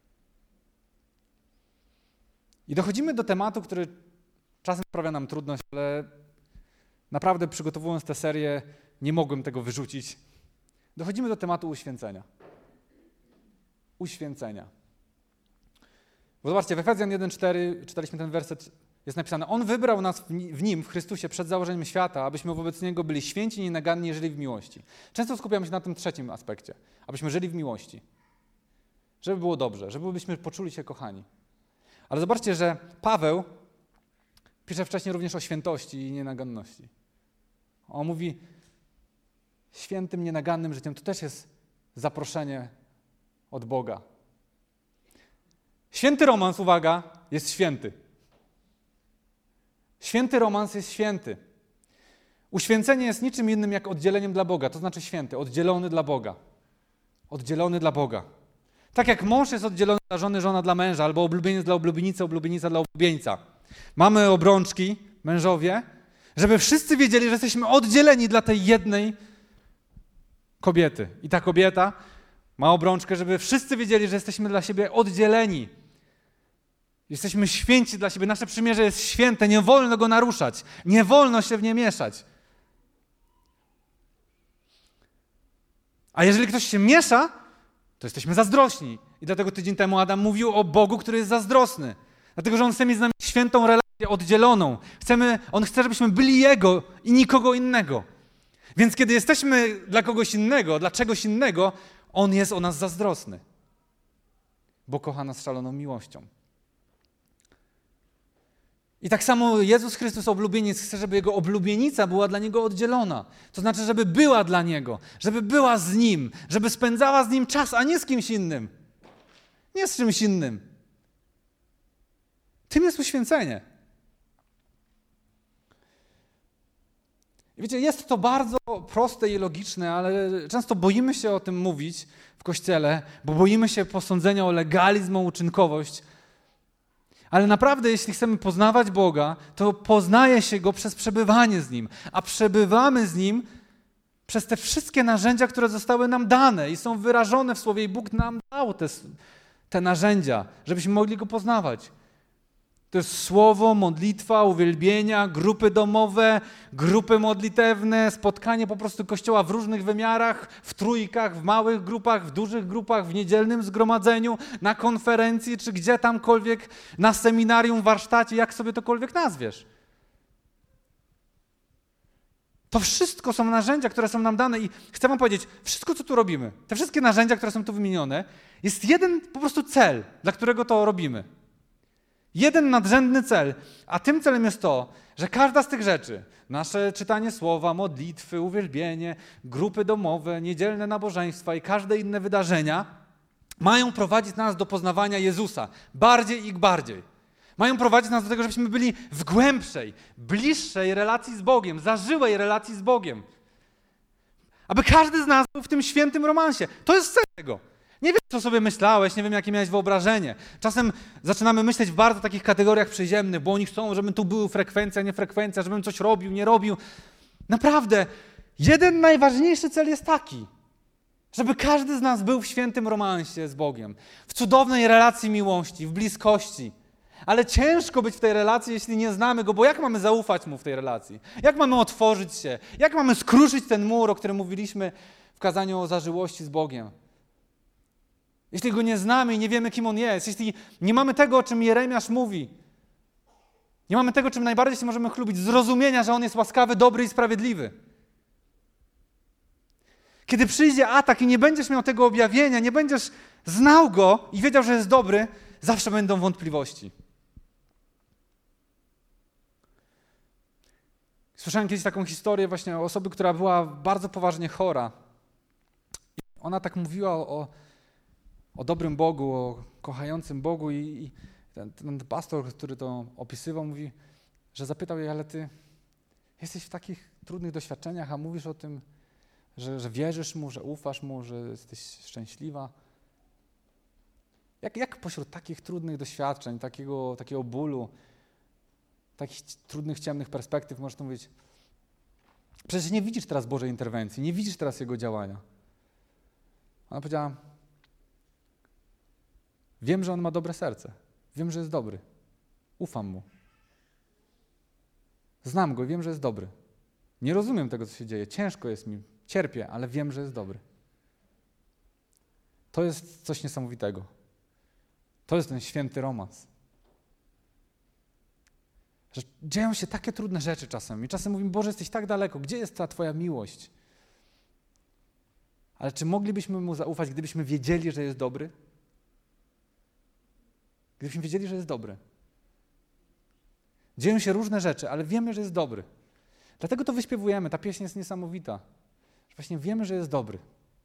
I dochodzimy do tematu, który czasem sprawia nam trudność, ale naprawdę przygotowując tę serię nie mogłem tego wyrzucić. Dochodzimy do tematu uświęcenia. Uświęcenia. Bo zobaczcie, w Efezjan 1:4 czytaliśmy ten werset, jest napisane: On wybrał nas w Nim, w Chrystusie, przed założeniem świata, abyśmy wobec Niego byli święci i nienaganni, żyli w miłości. Często skupiamy się na tym trzecim aspekcie, abyśmy żyli w miłości. Żeby było dobrze, żebyśmy poczuli się kochani. Ale zobaczcie, że Paweł pisze wcześniej również o świętości i nienaganności. On mówi, świętym, nienagannym życiem to też jest zaproszenie od Boga. Święty romans, uwaga, jest święty. Święty romans jest święty. Uświęcenie jest niczym innym jak oddzieleniem dla Boga, to znaczy święty, oddzielony dla Boga. Oddzielony dla Boga. Tak jak mąż jest oddzielony dla żony, żona dla męża, albo oblubieniec dla oblubienicy, oblubienica dla oblubieńca. Mamy obrączki, mężowie, żeby wszyscy wiedzieli, że jesteśmy oddzieleni dla tej jednej kobiety. I ta kobieta ma obrączkę, żeby wszyscy wiedzieli, że jesteśmy dla siebie oddzieleni. Jesteśmy święci dla siebie. Nasze przymierze jest święte, nie wolno go naruszać. Nie wolno się w nie mieszać. A jeżeli ktoś się miesza, to jesteśmy zazdrośni. I dlatego tydzień temu Adam mówił o Bogu, który jest zazdrosny. Dlatego, że On chce mieć z nami świętą relację, oddzieloną. On chce, żebyśmy byli Jego i nikogo innego. Więc kiedy jesteśmy dla kogoś innego, dla czegoś innego, On jest o nas zazdrosny. Bo kocha nas szaloną miłością. I tak samo Jezus Chrystus, oblubieniec, chce, żeby Jego oblubienica była dla Niego oddzielona. To znaczy, żeby była dla Niego, żeby była z Nim, żeby spędzała z Nim czas, a nie z kimś innym. Nie z czymś innym. Tym jest uświęcenie. I wiecie, jest to bardzo proste i logiczne, ale często boimy się o tym mówić w Kościele, bo boimy się posądzenia o legalizm, o uczynkowość. Ale naprawdę, jeśli chcemy poznawać Boga, to poznaje się Go przez przebywanie z Nim. A przebywamy z Nim Przez te wszystkie narzędzia, które zostały nam dane i są wyrażone w Słowie i Bóg nam dał te narzędzia, żebyśmy mogli Go poznawać. To jest słowo, modlitwa, uwielbienia, grupy domowe, grupy modlitewne, spotkanie po prostu Kościoła w różnych wymiarach, w trójkach, w małych grupach, w dużych grupach, w niedzielnym zgromadzeniu, na konferencji, czy gdzie tamkolwiek, na seminarium, warsztacie, jak sobie tokolwiek nazwiesz. To wszystko są narzędzia, które są nam dane i chcę wam powiedzieć, wszystko co tu robimy, te wszystkie narzędzia, które są tu wymienione, jest jeden po prostu cel, dla którego to robimy. Jeden nadrzędny cel, a tym celem jest to, że każda z tych rzeczy, nasze czytanie słowa, modlitwy, uwielbienie, grupy domowe, niedzielne nabożeństwa i każde inne wydarzenia mają prowadzić nas do poznawania Jezusa bardziej i bardziej. Mają prowadzić nas do tego, żebyśmy byli w głębszej, bliższej relacji z Bogiem, zażyłej relacji z Bogiem. Aby każdy z nas był w tym świętym romansie. To jest cel tego. Nie wiem, co sobie myślałeś, nie wiem, jakie miałeś wyobrażenie. Czasem zaczynamy myśleć w bardzo takich kategoriach przyziemnych, bo oni chcą, żebym tu był frekwencja, nie frekwencja, żebym coś robił, nie robił. Naprawdę, jeden najważniejszy cel jest taki, żeby każdy z nas był w świętym romansie z Bogiem, w cudownej relacji miłości, w bliskości. Ale ciężko być w tej relacji, jeśli nie znamy Go, bo jak mamy zaufać Mu w tej relacji? Jak mamy otworzyć się? Jak mamy skruszyć ten mur, o którym mówiliśmy w kazaniu o zażyłości z Bogiem? Jeśli Go nie znamy i nie wiemy, kim On jest, jeśli nie mamy tego, o czym Jeremiasz mówi, nie mamy tego, czym najbardziej się możemy chlubić, zrozumienia, że On jest łaskawy, dobry i sprawiedliwy. Kiedy przyjdzie atak i nie będziesz miał tego objawienia, nie będziesz znał Go i wiedział, że jest dobry, zawsze będą wątpliwości. Słyszałem kiedyś taką historię właśnie o osoby, która była bardzo poważnie chora. Ona tak mówiła o dobrym Bogu, o kochającym Bogu i ten pastor, który to opisywał, mówi, że zapytał jej, ale ty jesteś w takich trudnych doświadczeniach, a mówisz o tym, że wierzysz Mu, że ufasz Mu, że jesteś szczęśliwa. Jak pośród takich trudnych doświadczeń, takiego bólu, takich trudnych, ciemnych perspektyw możesz to mówić, przecież nie widzisz teraz Bożej interwencji, nie widzisz teraz Jego działania. Ona powiedziała, wiem, że On ma dobre serce, wiem, że jest dobry, ufam Mu. Znam Go i wiem, że jest dobry. Nie rozumiem tego, co się dzieje, ciężko jest mi, cierpię, ale wiem, że jest dobry. To jest coś niesamowitego. To jest ten święty romans. Że dzieją się takie trudne rzeczy czasem i czasem mówimy, Boże, jesteś tak daleko, gdzie jest ta Twoja miłość? Ale czy moglibyśmy Mu zaufać, gdybyśmy wiedzieli, że jest dobry? Gdybyśmy wiedzieli, że jest dobry. Dzieją się różne rzeczy, ale wiemy, że jest dobry. Dlatego to wyśpiewujemy, ta pieśń jest niesamowita. Że właśnie wiemy, że jest dobry.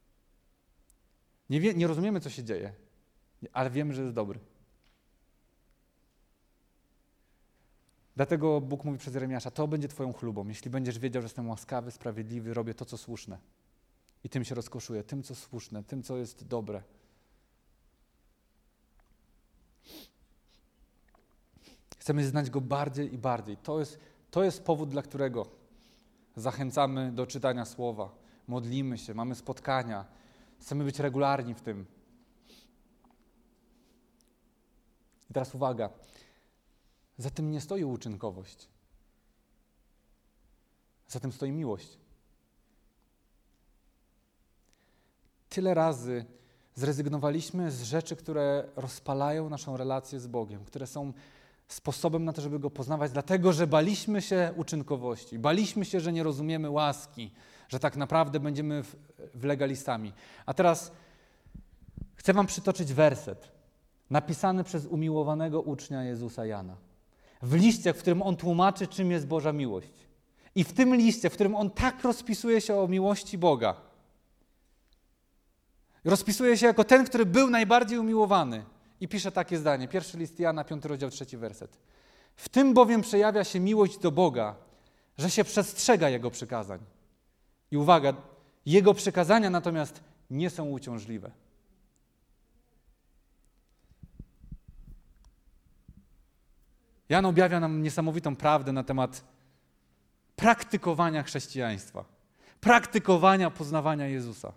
Nie rozumiemy, co się dzieje, ale wiemy, że jest dobry. Dlatego Bóg mówi przez Jeremiasza, to będzie Twoją chlubą, jeśli będziesz wiedział, że jestem łaskawy, sprawiedliwy, robię to, co słuszne. I tym się rozkoszuję, tym, co słuszne, tym, co jest dobre. Chcemy znać Go bardziej i bardziej. To jest powód, dla którego zachęcamy do czytania Słowa. Modlimy się, mamy spotkania. Chcemy być regularni w tym. I teraz uwaga. Za tym nie stoi uczynkowość. Za tym stoi miłość. Tyle razy zrezygnowaliśmy z rzeczy, które rozpalają naszą relację z Bogiem, które są sposobem na to, żeby Go poznawać, dlatego, że baliśmy się uczynkowości, baliśmy się, że nie rozumiemy łaski, że tak naprawdę będziemy legalistami. A teraz chcę wam przytoczyć werset napisany przez umiłowanego ucznia Jezusa Jana. W liście, w którym on tłumaczy, czym jest Boża miłość. I w tym liście, w którym on tak rozpisuje się o miłości Boga. Rozpisuje się jako ten, który był najbardziej umiłowany. I pisze takie zdanie. Pierwszy list Jana, 5 rozdział, 3 werset. W tym bowiem przejawia się miłość do Boga, że się przestrzega Jego przykazań. I uwaga, Jego przykazania natomiast nie są uciążliwe. Jan objawia nam niesamowitą prawdę na temat praktykowania chrześcijaństwa. praktykowania, poznawania Jezusa.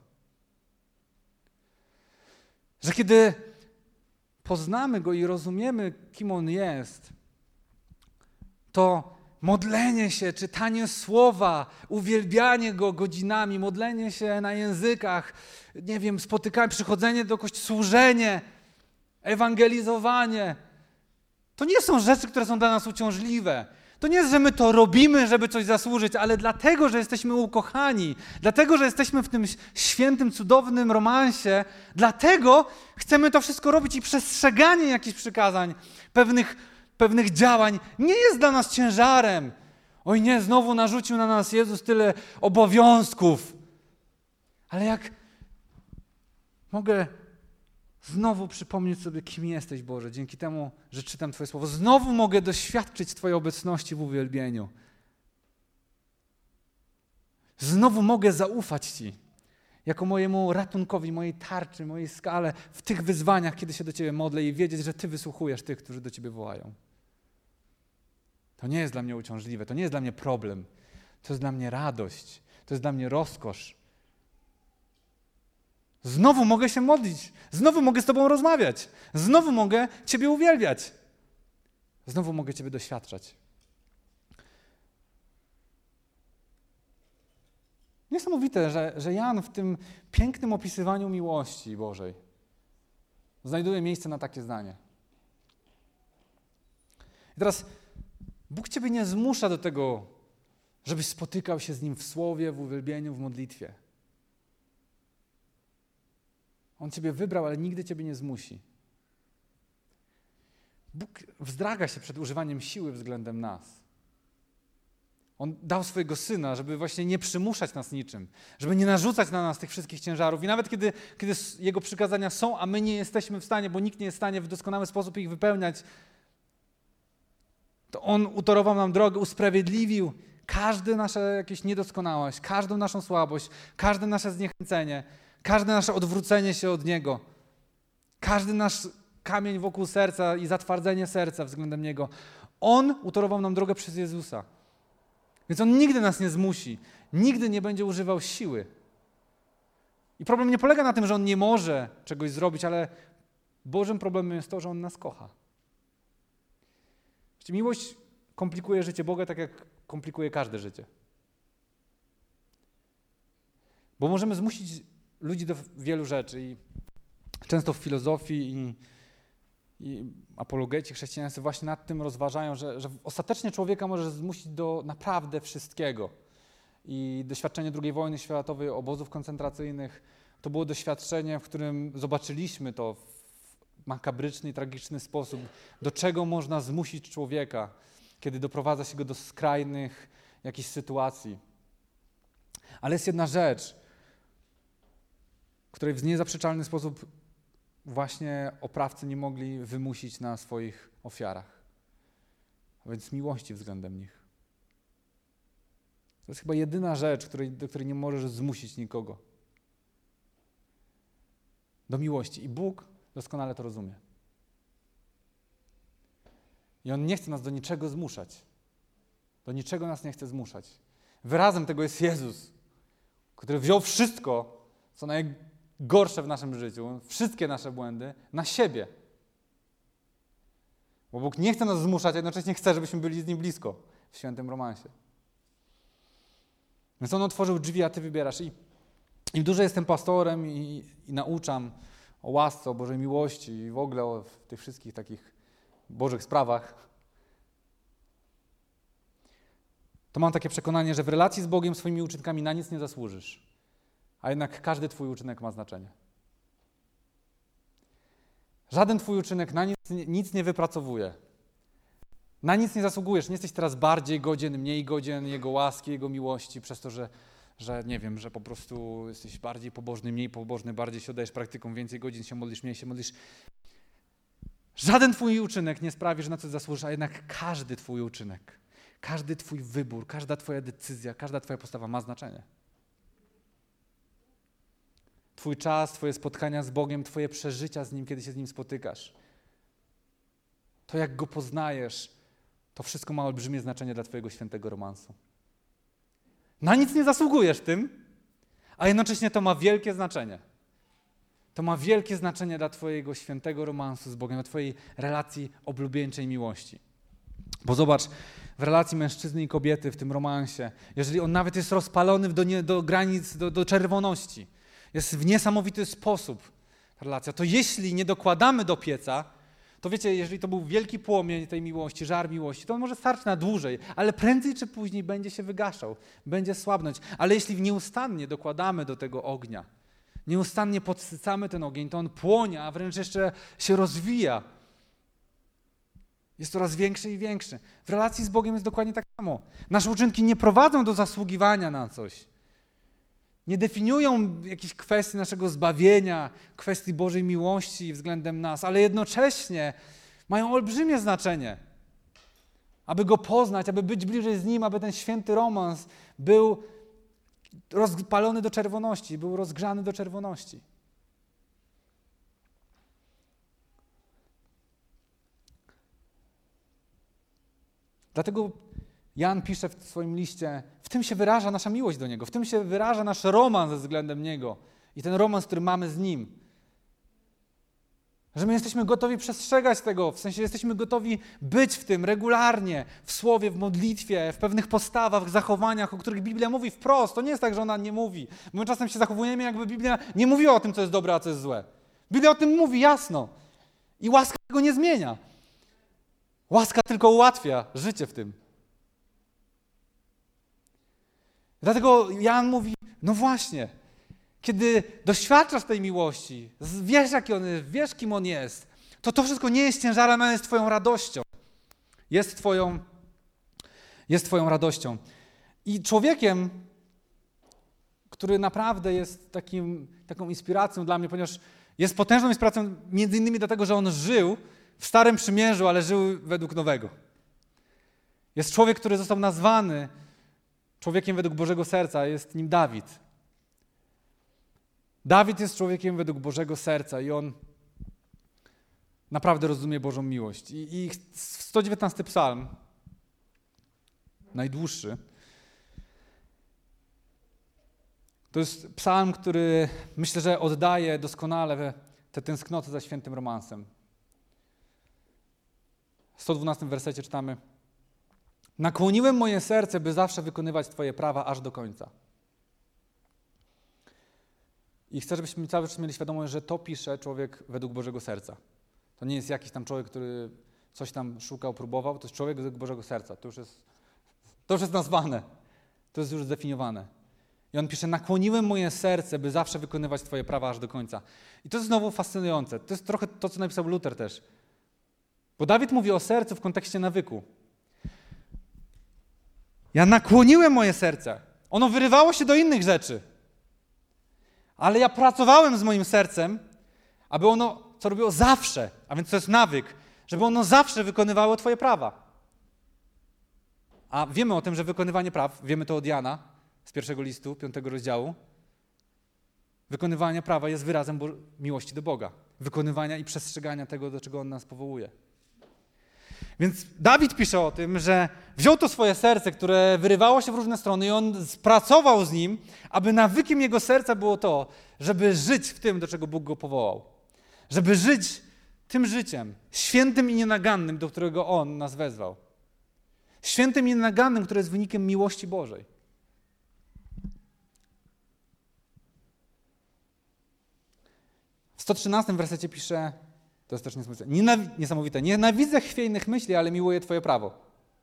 Że kiedy poznamy Go i rozumiemy, kim On jest, to modlenie się, czytanie słowa, uwielbianie Go godzinami, modlenie się na językach, spotykanie, przychodzenie do kościoła, służenie, ewangelizowanie, to nie są rzeczy, które są dla nas uciążliwe. To nie jest, że my to robimy, żeby coś zasłużyć, ale dlatego, że jesteśmy ukochani, dlatego, że jesteśmy w tym świętym, cudownym romansie, dlatego chcemy to wszystko robić i przestrzeganie jakichś przykazań, pewnych działań nie jest dla nas ciężarem. Oj nie, znowu narzucił na nas Jezus tyle obowiązków. Ale jak mogę znowu przypomnieć sobie, kim jesteś, Boże, dzięki temu, że czytam Twoje słowo. Znowu mogę doświadczyć Twojej obecności w uwielbieniu. Znowu mogę zaufać Ci, jako mojemu ratunkowi, mojej tarczy, mojej skale, w tych wyzwaniach, kiedy się do Ciebie modlę i wiedzieć, że Ty wysłuchujesz tych, którzy do Ciebie wołają. To nie jest dla mnie uciążliwe, to nie jest dla mnie problem. To jest dla mnie radość, to jest dla mnie rozkosz. Znowu mogę się modlić, znowu mogę z Tobą rozmawiać, znowu mogę Ciebie uwielbiać, znowu mogę Ciebie doświadczać. Niesamowite, że Jan w tym pięknym opisywaniu miłości Bożej znajduje miejsce na takie zdanie. I teraz Bóg Ciebie nie zmusza do tego, żebyś spotykał się z Nim w słowie, w uwielbieniu, w modlitwie. On Ciebie wybrał, ale nigdy Ciebie nie zmusi. Bóg wzdraga się przed używaniem siły względem nas. On dał swojego Syna, żeby właśnie nie przymuszać nas niczym, żeby nie narzucać na nas tych wszystkich ciężarów. I nawet kiedy Jego przykazania są, a my nie jesteśmy w stanie, bo nikt nie jest w stanie w doskonały sposób ich wypełniać, to On utorował nam drogę, usprawiedliwił każdą naszą jakąś niedoskonałość, każdą naszą słabość, każde nasze zniechęcenie, każde nasze odwrócenie się od Niego, każdy nasz kamień wokół serca i zatwardzenie serca względem Niego. On utorował nam drogę przez Jezusa. Więc On nigdy nas nie zmusi, nigdy nie będzie używał siły. I problem nie polega na tym, że On nie może czegoś zrobić, ale Bożym problemem jest to, że On nas kocha. Miłość komplikuje życie Boga tak, jak komplikuje każde życie. Bo możemy zmusić ludzi do wielu rzeczy i często w filozofii i apologeci chrześcijańscy właśnie nad tym rozważają, że ostatecznie człowieka możesz zmusić do naprawdę wszystkiego. I doświadczenie II wojny światowej, obozów koncentracyjnych, to było doświadczenie, w którym zobaczyliśmy to w makabryczny i tragiczny sposób, do czego można zmusić człowieka, kiedy doprowadza się go do skrajnych jakichś sytuacji. Ale jest jedna rzecz, której w niezaprzeczalny sposób właśnie oprawcy nie mogli wymusić na swoich ofiarach. A więc miłości względem nich. To jest chyba jedyna rzecz, do której nie możesz zmusić nikogo. Do miłości. I Bóg doskonale to rozumie. I On nie chce nas do niczego zmuszać. Do niczego nas nie chce zmuszać. Wyrazem tego jest Jezus, który wziął wszystko, co najgorsze w naszym życiu, wszystkie nasze błędy, na siebie. Bo Bóg nie chce nas zmuszać, a jednocześnie chce, żebyśmy byli z Nim blisko w świętym romansie. Więc On otworzył drzwi, a Ty wybierasz. I im dłużej jestem pastorem i nauczam o łasce, o Bożej miłości i w ogóle o tych wszystkich takich Bożych sprawach, to mam takie przekonanie, że w relacji z Bogiem swoimi uczynkami na nic nie zasłużysz, a jednak każdy Twój uczynek ma znaczenie. Żaden Twój uczynek na nic nie wypracowuje. Na nic nie zasługujesz. Nie jesteś teraz bardziej godzien, mniej godzien Jego łaski, Jego miłości, przez to, że nie wiem, że po prostu jesteś bardziej pobożny, mniej pobożny, bardziej się oddajesz praktykom, więcej godzin się modlisz, mniej się modlisz. Żaden Twój uczynek nie sprawi, że na coś zasłużysz, a jednak każdy Twój uczynek, każdy Twój wybór, każda Twoja decyzja, każda Twoja postawa ma znaczenie. Twój czas, Twoje spotkania z Bogiem, Twoje przeżycia z Nim, kiedy się z Nim spotykasz. To, jak Go poznajesz, to wszystko ma olbrzymie znaczenie dla Twojego świętego romansu. Na nic nie zasługujesz tym, a jednocześnie to ma wielkie znaczenie. To ma wielkie znaczenie dla twojego świętego romansu z Bogiem, dla twojej relacji oblubieńczej miłości. Bo zobacz, w relacji mężczyzny i kobiety, w tym romansie, jeżeli on nawet jest rozpalony do granic, do czerwoności, jest w niesamowity sposób relacja, to jeśli nie dokładamy do pieca, to wiecie, jeżeli to był wielki płomień tej miłości, żar miłości, to on może starczyć na dłużej, ale prędzej czy później będzie się wygaszał, będzie słabnąć. Ale jeśli nieustannie dokładamy do tego ognia, nieustannie podsycamy ten ogień, to on płonie, a wręcz jeszcze się rozwija. Jest coraz większy i większy. W relacji z Bogiem jest dokładnie tak samo. Nasze uczynki nie prowadzą do zasługiwania na coś. Nie definiują jakichś kwestii naszego zbawienia, kwestii Bożej miłości względem nas, ale jednocześnie mają olbrzymie znaczenie. Aby Go poznać, aby być bliżej z Nim, aby ten święty romans był rozpalony do czerwoności, był rozgrzany do czerwoności. Dlatego Jan pisze w swoim liście, w tym się wyraża nasza miłość do Niego, w tym się wyraża nasz romans względem Niego i ten romans, który mamy z Nim. Że my jesteśmy gotowi przestrzegać tego, w sensie jesteśmy gotowi być w tym regularnie, w słowie, w modlitwie, w pewnych postawach, zachowaniach, o których Biblia mówi wprost. To nie jest tak, że ona nie mówi. My czasem się zachowujemy, jakby Biblia nie mówiła o tym, co jest dobre, a co jest złe. Biblia o tym mówi jasno i łaska tego nie zmienia. Łaska tylko ułatwia życie w tym. Dlatego Jan mówi, no właśnie, kiedy doświadczasz tej miłości, wiesz jaki on jest, wiesz kim on jest, to wszystko nie jest ciężarem, ale jest twoją radością. Jest twoją radością. I człowiekiem, który naprawdę jest taką inspiracją dla mnie, ponieważ jest potężną inspiracją między innymi dlatego, że on żył w Starym Przymierzu, ale żył według Nowego. Jest człowiek, który został nazwany człowiekiem według Bożego serca, jest nim Dawid. Dawid jest człowiekiem według Bożego serca i on naprawdę rozumie Bożą miłość. I 119 psalm, najdłuższy, to jest psalm, który myślę, że oddaje doskonale tę tęsknotę za świętym romansem. W 112 wersecie czytamy: nakłoniłem moje serce, by zawsze wykonywać Twoje prawa aż do końca. I chcę, żebyśmy cały czas mieli świadomość, że to pisze człowiek według Bożego serca. To nie jest jakiś tam człowiek, który coś tam szukał, próbował. To jest człowiek według Bożego serca. To już jest nazwane. To jest już zdefiniowane. I on pisze, nakłoniłem moje serce, by zawsze wykonywać Twoje prawa aż do końca. I to jest znowu fascynujące. To jest trochę to, co napisał Luther też. Bo Dawid mówi o sercu w kontekście nawyku. Ja nakłoniłem moje serce. Ono wyrywało się do innych rzeczy. Ale ja pracowałem z moim sercem, aby ono, co robiło zawsze, a więc to jest nawyk, żeby ono zawsze wykonywało Twoje prawa. A wiemy o tym, że wykonywanie praw, wiemy to od Jana z 1 listu, 5 rozdziału, wykonywanie prawa jest wyrazem miłości do Boga. Wykonywania i przestrzegania tego, do czego On nas powołuje. Więc Dawid pisze o tym, że wziął to swoje serce, które wyrywało się w różne strony i on pracował z nim, aby nawykiem jego serca było to, żeby żyć w tym, do czego Bóg go powołał. Żeby żyć tym życiem, świętym i nienagannym, do którego On nas wezwał. Świętym i nienagannym, które jest wynikiem miłości Bożej. W 113 wersecie pisze, to jest też niesamowite, nienawidzę chwiejnych myśli, ale miłuję Twoje prawo.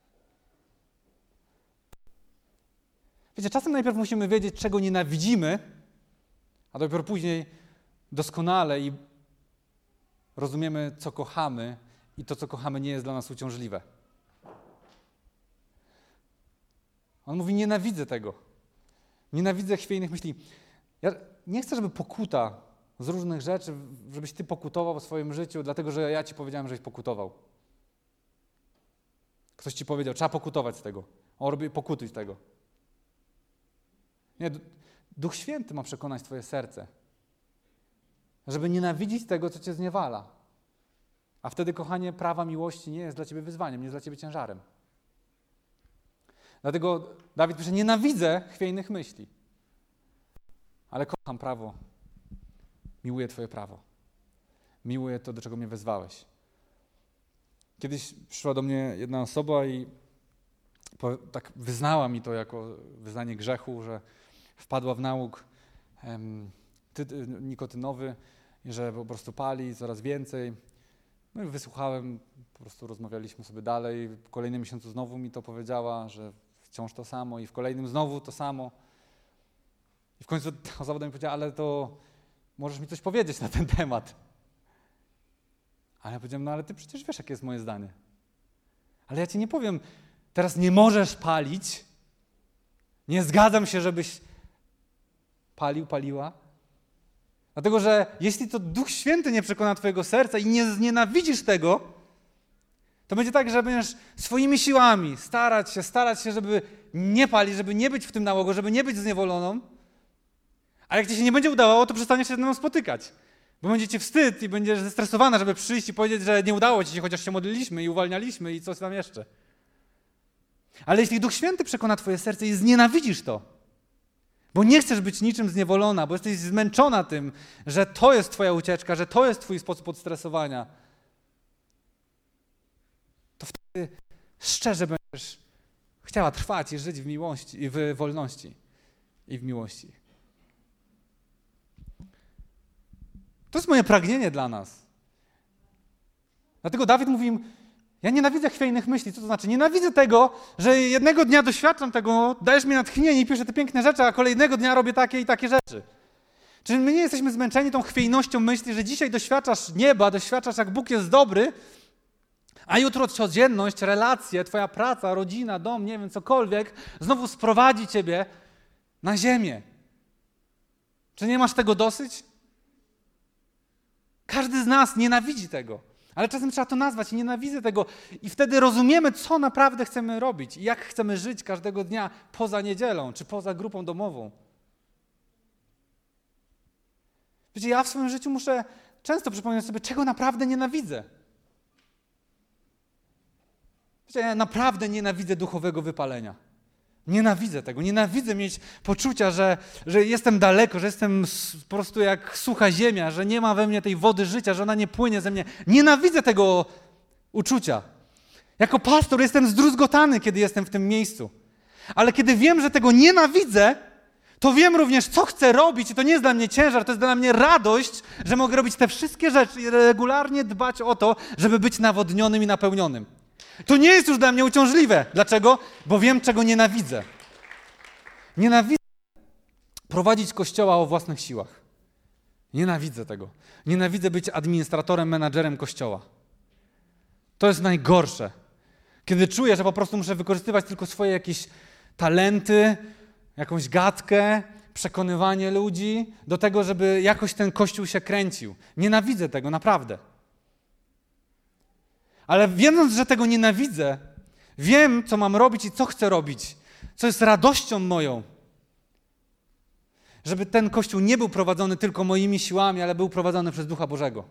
Wiecie, czasem najpierw musimy wiedzieć, czego nienawidzimy, a dopiero później doskonale i rozumiemy, co kochamy i to, co kochamy, nie jest dla nas uciążliwe. On mówi, nienawidzę tego. Nienawidzę chwiejnych myśli. Ja nie chcę, żeby pokuta z różnych rzeczy, żebyś ty pokutował w swoim życiu, dlatego że ja ci powiedziałem, żebyś pokutował. Ktoś ci powiedział, trzeba pokutować z tego. On robi, pokutuj z tego. Nie, Duch Święty ma przekonać twoje serce, żeby nienawidzić tego, co cię zniewala. A wtedy kochanie prawa miłości nie jest dla ciebie wyzwaniem, nie jest dla ciebie ciężarem. Dlatego Dawid pisze, nienawidzę chwiejnych myśli, ale kocham prawo. Miłuję Twoje prawo. Miłuję to, do czego mnie wezwałeś. Kiedyś przyszła do mnie jedna osoba i tak wyznała mi to jako wyznanie grzechu, że wpadła w nałóg nikotynowy i że po prostu pali coraz więcej. No i wysłuchałem, po prostu rozmawialiśmy sobie dalej. W kolejnym miesiącu znowu mi to powiedziała, że wciąż to samo i w kolejnym znowu to samo. I w końcu ta osoba do mnie powiedziała, ale to możesz mi coś powiedzieć na ten temat. Ale ja powiedziałem, no ale ty przecież wiesz, jakie jest moje zdanie. Ale ja ci nie powiem, teraz nie możesz palić, nie zgadzam się, żebyś paliła. Dlatego, że jeśli to Duch Święty nie przekona twojego serca i nie znienawidzisz tego, to będzie tak, że będziesz swoimi siłami starać się, żeby nie palić, żeby nie być w tym nałogu, żeby nie być zniewoloną. A jak ci się nie będzie udawało, to przestaniesz się ze mną spotykać. Bo będzie ci wstyd i będziesz zestresowana, żeby przyjść i powiedzieć, że nie udało ci się, chociaż się modliliśmy i uwalnialiśmy i coś tam jeszcze. Ale jeśli Duch Święty przekona twoje serce i znienawidzisz to, bo nie chcesz być niczym zniewolona, bo jesteś zmęczona tym, że to jest twoja ucieczka, że to jest twój sposób odstresowania, to wtedy szczerze będziesz chciała trwać i żyć w miłości, i w wolności i w miłości. To jest moje pragnienie dla nas. Dlatego Dawid mówi im, ja nienawidzę chwiejnych myśli. Co to znaczy? Nienawidzę tego, że jednego dnia doświadczam tego, dajesz mi natchnienie i piszę te piękne rzeczy, a kolejnego dnia robię takie i takie rzeczy. Czyli my nie jesteśmy zmęczeni tą chwiejnością myśli, że dzisiaj doświadczasz nieba, doświadczasz, jak Bóg jest dobry, a jutro codzienność, relacje, twoja praca, rodzina, dom, nie wiem, cokolwiek, znowu sprowadzi ciebie na ziemię. Czy nie masz tego dosyć? Każdy z nas nienawidzi tego, ale czasem trzeba to nazwać. Nienawidzę tego i wtedy rozumiemy, co naprawdę chcemy robić i jak chcemy żyć każdego dnia poza niedzielą czy poza grupą domową. Wiecie, ja w swoim życiu muszę często przypominać sobie, czego naprawdę nienawidzę. Wiecie, ja naprawdę nienawidzę duchowego wypalenia. Nienawidzę tego. Nienawidzę mieć poczucia, że jestem daleko, że jestem po prostu jak sucha ziemia, że nie ma we mnie tej wody życia, że ona nie płynie ze mnie. Nienawidzę tego uczucia. Jako pastor jestem zdruzgotany, kiedy jestem w tym miejscu. Ale kiedy wiem, że tego nienawidzę, to wiem również, co chcę robić i to nie jest dla mnie ciężar, to jest dla mnie radość, że mogę robić te wszystkie rzeczy i regularnie dbać o to, żeby być nawodnionym i napełnionym. To nie jest już dla mnie uciążliwe. Dlaczego? Bo wiem, czego nienawidzę. Nienawidzę prowadzić kościoła o własnych siłach. Nienawidzę tego. Nienawidzę być administratorem, menadżerem kościoła. To jest najgorsze. Kiedy czuję, że po prostu muszę wykorzystywać tylko swoje jakieś talenty, jakąś gadkę, przekonywanie ludzi do tego, żeby jakoś ten kościół się kręcił. Nienawidzę tego, naprawdę. Ale wiedząc, że tego nienawidzę, wiem, co mam robić i co chcę robić, co jest radością moją. Żeby ten Kościół nie był prowadzony tylko moimi siłami, ale był prowadzony przez Ducha Bożego.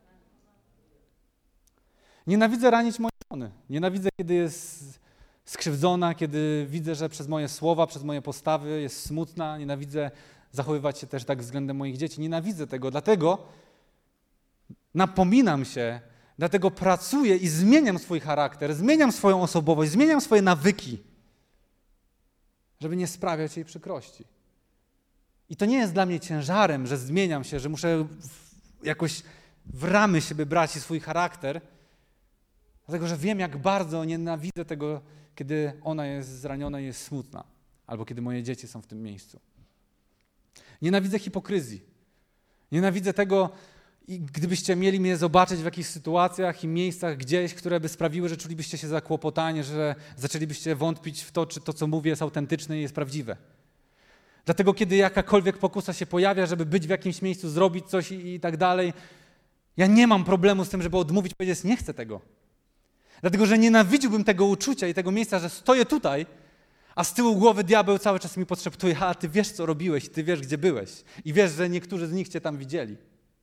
Nienawidzę ranić mojej żony. Nienawidzę, kiedy jest skrzywdzona, kiedy widzę, że przez moje słowa, przez moje postawy jest smutna. Nienawidzę zachowywać się też tak względem moich dzieci. Nienawidzę tego, dlatego napominam się, dlatego pracuję i zmieniam swój charakter, zmieniam swoją osobowość, zmieniam swoje nawyki, żeby nie sprawiać jej przykrości. I to nie jest dla mnie ciężarem, że zmieniam się, że muszę jakoś w ramy siebie brać i swój charakter, dlatego że wiem, jak bardzo nienawidzę tego, kiedy ona jest zraniona i jest smutna, albo kiedy moje dzieci są w tym miejscu. Nienawidzę hipokryzji. Nienawidzę tego, i gdybyście mieli mnie zobaczyć w jakichś sytuacjach i miejscach gdzieś, które by sprawiły, że czulibyście się zakłopotani, że zaczęlibyście wątpić w to, czy to, co mówię, jest autentyczne i jest prawdziwe. Dlatego, kiedy jakakolwiek pokusa się pojawia, żeby być w jakimś miejscu, zrobić coś i tak dalej, ja nie mam problemu z tym, żeby odmówić, powiedzieć, nie chcę tego. Dlatego, że nienawidziłbym tego uczucia i tego miejsca, że stoję tutaj, a z tyłu głowy diabeł cały czas mi podszeptuje, a ty wiesz, co robiłeś, ty wiesz, gdzie byłeś i wiesz, że niektórzy z nich cię tam widzieli.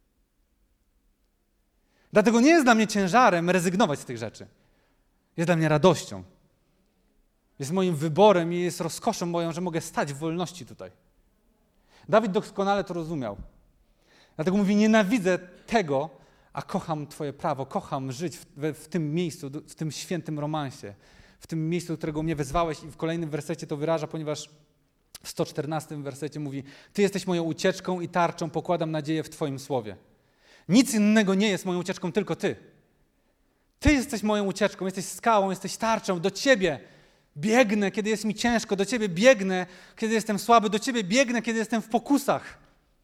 Dlatego nie jest dla mnie ciężarem rezygnować z tych rzeczy. Jest dla mnie radością. Jest moim wyborem i jest rozkoszą moją, że mogę stać w wolności tutaj. Dawid doskonale to rozumiał. Dlatego mówi, nienawidzę tego, a kocham Twoje prawo, kocham żyć w tym miejscu, w tym świętym romansie, w tym miejscu, do którego mnie wezwałeś i w kolejnym wersecie to wyraża, ponieważ w 114 wersecie mówi, Ty jesteś moją ucieczką i tarczą, pokładam nadzieję w Twoim słowie. Nic innego nie jest moją ucieczką, tylko Ty. Ty jesteś moją ucieczką, jesteś skałą, jesteś tarczą, do Ciebie biegnę, kiedy jest mi ciężko, do Ciebie biegnę, kiedy jestem słaby, do Ciebie biegnę, kiedy jestem w pokusach.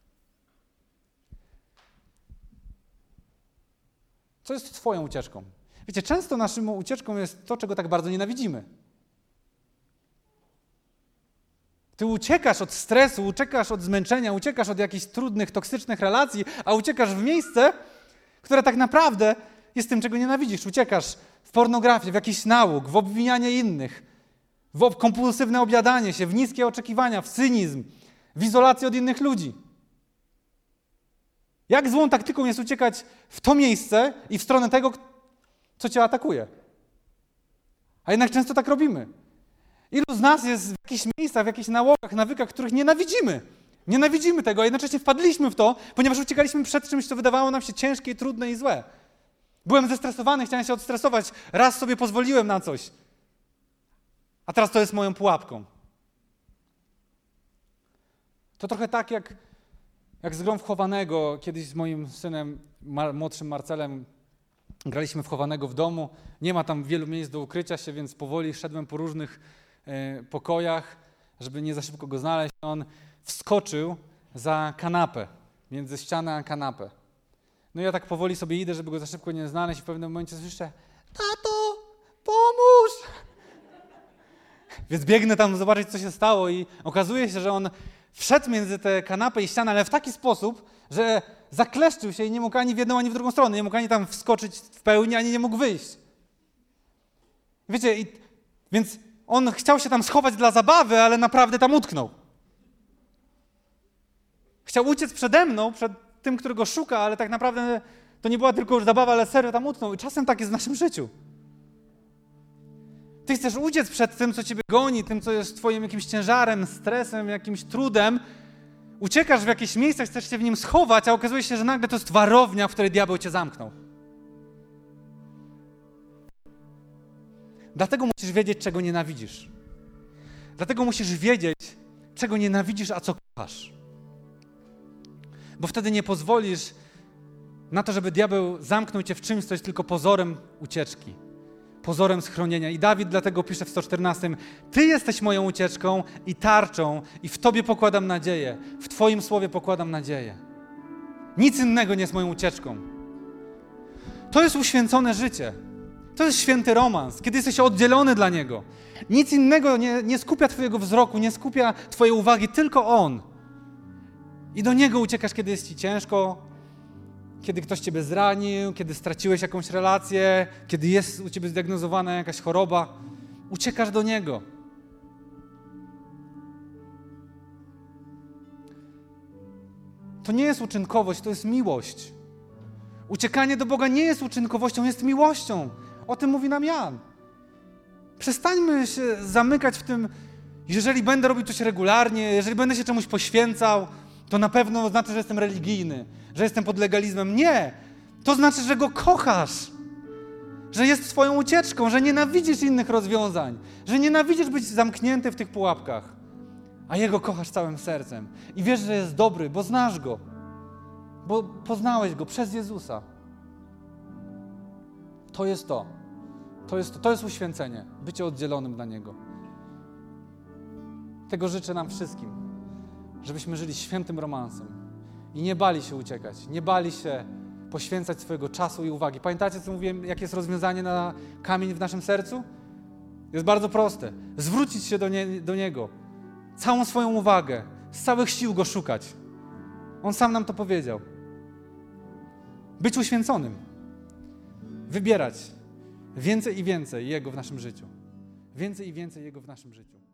Co jest Twoją ucieczką? Wiecie, często naszą ucieczką jest to, czego tak bardzo nienawidzimy. Ty uciekasz od stresu, uciekasz od zmęczenia, uciekasz od jakichś trudnych, toksycznych relacji, a uciekasz w miejsce, które tak naprawdę jest tym, czego nienawidzisz. Uciekasz w pornografię, w jakiś nauk, w obwinianie innych, w kompulsywne objadanie się, w niskie oczekiwania, w cynizm, w izolację od innych ludzi. Jak złą taktyką jest uciekać w to miejsce i w stronę tego, co cię atakuje? A jednak często tak robimy. Ilu z nas jest w jakichś miejscach, w jakichś nałogach, nawykach, których nienawidzimy? Nienawidzimy tego, a jednocześnie wpadliśmy w to, ponieważ uciekaliśmy przed czymś, co wydawało nam się ciężkie, trudne i złe. Byłem zestresowany, chciałem się odstresować, raz sobie pozwoliłem na coś, a teraz to jest moją pułapką. To trochę tak jak z grą w chowanego. Kiedyś z moim synem, młodszym Marcelem, graliśmy w chowanego w domu. Nie ma tam wielu miejsc do ukrycia się, więc powoli szedłem po różnych pokojach, żeby nie za szybko go znaleźć. On wskoczył za kanapę, między ścianę a kanapę. No i ja tak powoli sobie idę, żeby go za szybko nie znaleźć i w pewnym momencie słyszę: tato, pomóż! Więc biegnę tam zobaczyć, co się stało i okazuje się, że on wszedł między tę kanapę i ścianę, ale w taki sposób, że zakleszczył się i nie mógł ani w jedną, ani w drugą stronę. Nie mógł ani tam wskoczyć w pełni, ani nie mógł wyjść. Wiecie, więc on chciał się tam schować dla zabawy, ale naprawdę tam utknął. Chciał uciec przede mną, przed tym, którego szuka, ale tak naprawdę to nie była tylko już zabawa, ale serio tam utknął. I czasem tak jest w naszym życiu. Ty chcesz uciec przed tym, co ciebie goni, tym, co jest twoim jakimś ciężarem, stresem, jakimś trudem. Uciekasz w jakieś miejsca, chcesz się w nim schować, a okazuje się, że nagle to jest warownia, w której diabeł cię zamknął. Dlatego musisz wiedzieć, czego nienawidzisz. Dlatego musisz wiedzieć, czego nienawidzisz, a co kochasz. Bo wtedy nie pozwolisz na to, żeby diabeł zamknął cię w czymś, co jest tylko pozorem ucieczki, pozorem schronienia. I Dawid dlatego pisze w 114: Ty jesteś moją ucieczką i tarczą i w Tobie pokładam nadzieję, w Twoim słowie pokładam nadzieję. Nic innego nie jest moją ucieczką. To jest uświęcone życie. To jest święty romans, kiedy jesteś oddzielony dla Niego. Nic innego nie skupia Twojego wzroku, nie skupia Twojej uwagi, tylko On. I do Niego uciekasz, kiedy jest Ci ciężko, kiedy ktoś Ciebie zranił, kiedy straciłeś jakąś relację, kiedy jest u Ciebie zdiagnozowana jakaś choroba. Uciekasz do Niego. To nie jest uczynkowość, to jest miłość. Uciekanie do Boga nie jest uczynkowością, jest miłością. O tym mówi nam Jan. Przestańmy się zamykać w tym, jeżeli będę robił coś regularnie, jeżeli będę się czemuś poświęcał, to na pewno znaczy, że jestem religijny, że jestem pod legalizmem. Nie! To znaczy, że Go kochasz, że jest Twoją ucieczką, że nienawidzisz innych rozwiązań, że nienawidzisz być zamknięty w tych pułapkach, a Jego kochasz całym sercem i wiesz, że jest dobry, bo znasz Go, bo poznałeś Go przez Jezusa. To jest to. To jest uświęcenie, bycie oddzielonym dla Niego. Tego życzę nam wszystkim, żebyśmy żyli świętym romansem i nie bali się uciekać, nie bali się poświęcać swojego czasu i uwagi. Pamiętacie, co mówiłem, jakie jest rozwiązanie na kamień w naszym sercu? Jest bardzo proste. Zwrócić się do Niego, całą swoją uwagę, z całych sił Go szukać. On sam nam to powiedział. Być uświęconym. Wybierać więcej i więcej Jego w naszym życiu. Więcej i więcej Jego w naszym życiu.